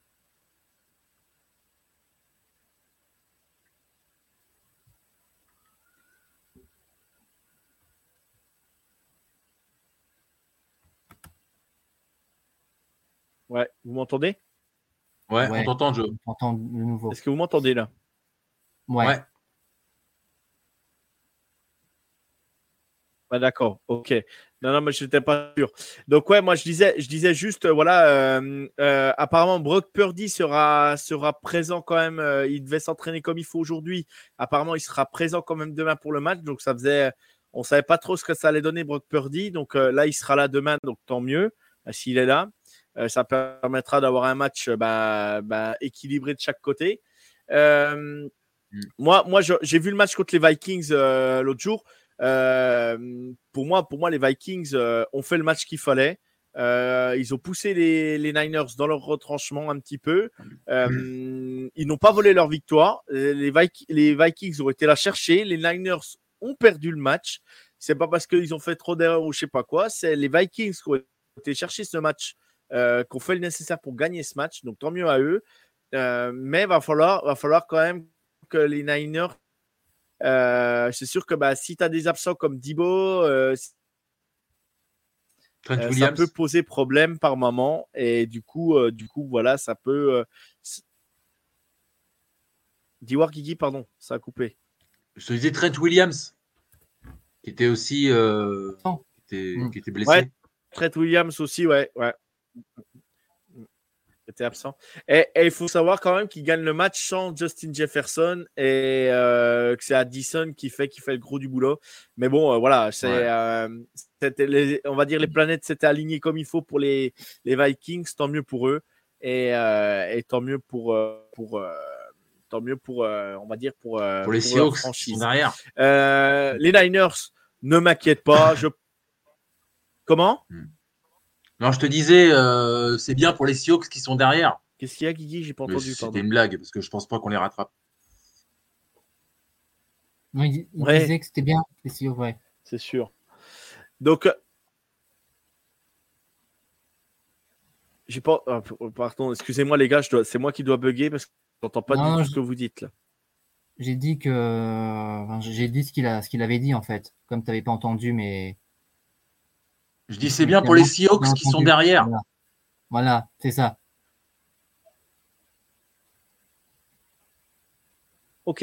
Ouais, vous m'entendez? Ouais, on t'entend, Joe. On t'entend de nouveau. Est-ce que vous m'entendez là? Ouais. Ah, d'accord, ok. Non, mais je n'étais pas sûr. Donc, ouais, moi, je disais juste, voilà, apparemment, Brock Purdy sera présent quand même. Il devait s'entraîner comme il faut aujourd'hui. Apparemment, il sera présent quand même demain pour le match. Donc, on ne savait pas trop ce que ça allait donner, Brock Purdy. Donc, là, il sera là demain. Donc, tant mieux s'il est là. Ça permettra d'avoir un match équilibré de chaque côté. Moi, j'ai vu le match contre les Vikings l'autre jour. Pour moi, les Vikings ont fait le match qu'il fallait. Ils ont poussé les Niners dans leur retranchement un petit peu. Ils n'ont pas volé leur victoire. Les Vikings ont été la chercher. Les Niners ont perdu le match. C'est pas parce qu'ils ont fait trop d'erreurs ou je sais pas quoi. C'est les Vikings qui ont été chercher ce match qui ont fait le nécessaire pour gagner ce match. Donc, tant mieux à eux. Mais va falloir quand même que les Niners, c'est sûr que si tu as des absents comme Debo, Trent ça Williams. peut poser problème par moment. Et du coup voilà, ça peut. Dis-moi, Guigui, pardon, ça a coupé. Je te disais Trent Williams, qui était aussi Oh. qui était blessé. Ouais, Trent Williams aussi, ouais. Était absent. Et il faut savoir quand même qu'il gagne le match sans Justin Jefferson et que c'est Addison qui fait le gros du boulot. Mais bon, voilà, on va dire les planètes s'étaient alignées comme il faut pour les Vikings, tant mieux pour eux et tant mieux pour on va dire pour Pour les leur Seahawks qui franchise. sont derrière. Les Niners, ne m'inquiète pas. Comment? Non, je te disais, c'est bien pour les Seahawks qui sont derrière. Qu'est-ce qu'il y a, Guigui? J'ai pas Mais entendu. c'était Pardon. une blague parce que je pense pas qu'on les rattrape. Non, il Ouais. disait que c'était bien. Les Seahawks, ouais. C'est sûr. Donc, j'ai pas. Pardon, excusez-moi les gars, c'est moi qui dois bugger parce que je n'entends pas Non, du tout ce que vous dites là. J'ai dit j'ai dit ce qu'il avait dit en fait. Comme tu n'avais pas entendu, mais Je dis c'est bien pour les Seahawks qui sont derrière. Voilà, c'est ça. Ok.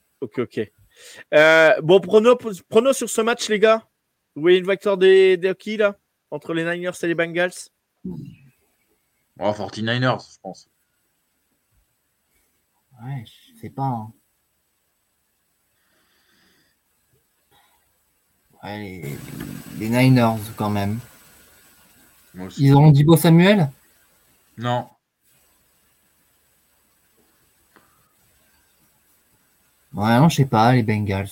Bon, prono sur ce match, les gars. Vous voyez une victoire de qui là? Entre les Niners et les Bengals? Oh, 49ers, je pense. Ouais, je sais pas. Hein. Ouais, les Niners quand même. Moi aussi. Ils auront Debo Samuel? Non. Ouais, non, je sais pas, les Bengals.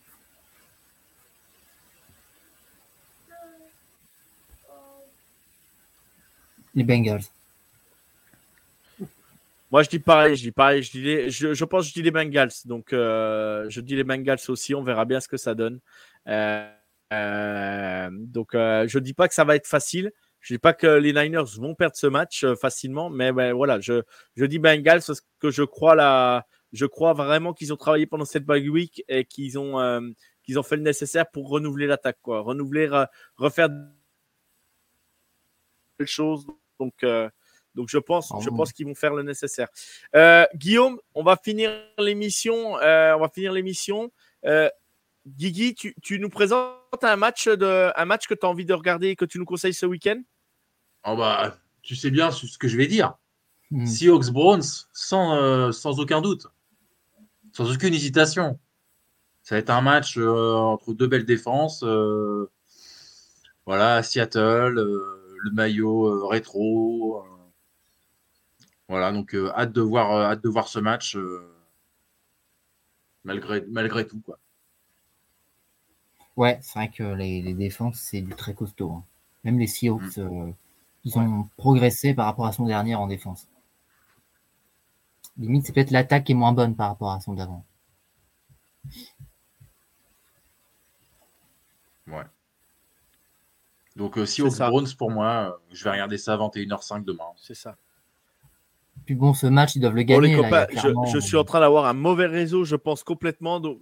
Les Bengals. Moi, je dis pareil. Je pense que je dis les Bengals. Donc, je dis les Bengals aussi. On verra bien ce que ça donne. Donc, je dis pas que ça va être facile. Je dis pas que les Niners vont perdre ce match facilement. Mais voilà, je dis Bengals parce que je crois vraiment qu'ils ont travaillé pendant cette bye week et qu'ils ont fait le nécessaire pour renouveler l'attaque, quoi. Refaire des choses. Donc je pense qu'ils vont faire le nécessaire. Guillaume, on va finir l'émission. Guigui, tu nous présentes un match que tu as envie de regarder et que tu nous conseilles ce week-end? Oh bah, tu sais bien ce que je vais dire. Hmm. Seahawks Browns, sans aucun doute. Sans aucune hésitation. Ça va être un match entre deux belles défenses. Voilà, Seattle, le maillot rétro. Voilà, donc hâte de voir ce match malgré tout, quoi. Ouais, c'est vrai que les défenses, c'est du très costaud. Hein. Même les Seahawks, ils ont progressé par rapport à son dernier en défense. Limite, c'est peut-être l'attaque qui est moins bonne par rapport à son d'avant. Ouais. Donc Seahawks Browns, pour moi, je vais regarder ça à 21h05 demain. C'est ça. Puis bon, ce match, ils doivent le Bon, gagner. les copains, là, je suis en train d'avoir un mauvais réseau, je pense complètement. Donc...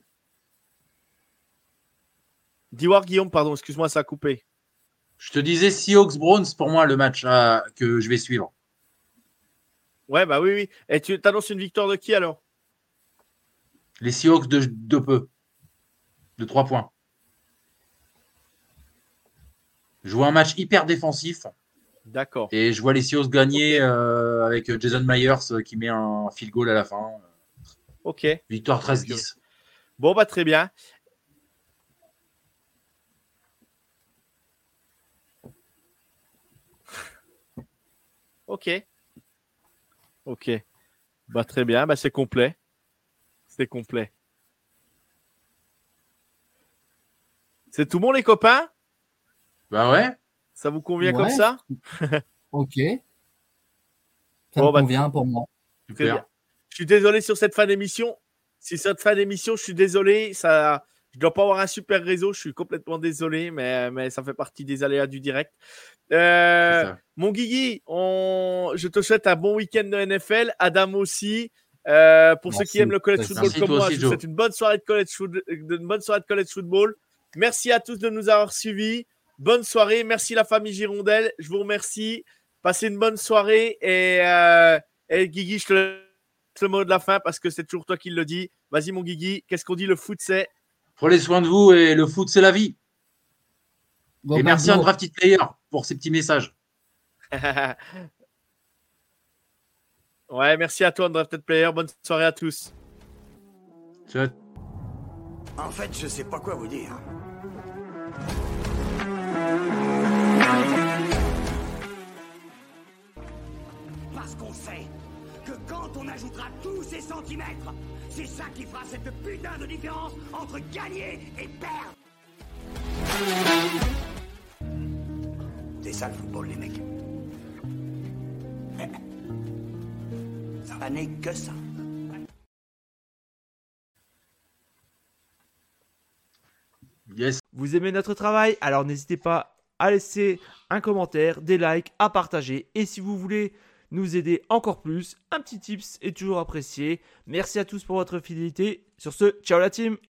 Dis-moi, Guillaume, pardon, excuse-moi, ça a coupé. Je te disais Seahawks Browns, pour moi, le match que je vais suivre. Ouais, bah oui. Et tu t'annonces une victoire de qui alors? Les Seahawks de peu. De 3 points. Je vois un match hyper défensif. D'accord. Et je vois les Seahawks gagner avec Jason Myers qui met un field goal à la fin. Ok. Victoire 13-10. Bon, bah très bien. Ok. Bah très bien, bah c'est complet. C'est tout bon les copains? Bah ouais. Ça vous convient comme ça? Ok. Ça me convient pour moi. Super. Je suis désolé sur cette fin d'émission. Je suis désolé. Je dois pas avoir un super réseau, je suis complètement désolé, mais ça fait partie des aléas du direct. ça. Mon Guigui, je te souhaite un bon week-end de NFL. Adam aussi. Pour Merci. ceux qui aiment le college Merci. football Merci, comme toi moi, aussi, je vous Joe. souhaite une bonne soirée de college football. Merci à tous de nous avoir suivis. Bonne soirée. Merci la famille Girondelle. Je vous remercie. Passez une bonne soirée. Et Guigui, je te laisse le mot de la fin parce que c'est toujours toi qui le dis. Vas-y, mon Guigui. Qu'est-ce qu'on dit? Le foot, c'est. Prenez soin de vous et le foot, c'est la vie. Go Et Birds, merci à go. Drafted Player pour ces petits messages. Ouais, merci à toi, Drafted Player. Bonne soirée à tous. Ciao. En fait, je sais pas quoi vous dire. Parce qu'on sait que quand on ajoutera tous ces centimètres, c'est ça qui fera cette putain de différence entre gagner et perdre. C'est ça le football, les mecs. Ça n'est que ça. Yes. Vous aimez notre travail? Alors n'hésitez pas à laisser un commentaire, des likes, à partager. Et si vous voulez nous aider encore plus, un petit tips est toujours apprécié. Merci à tous pour votre fidélité. Sur ce, ciao la team!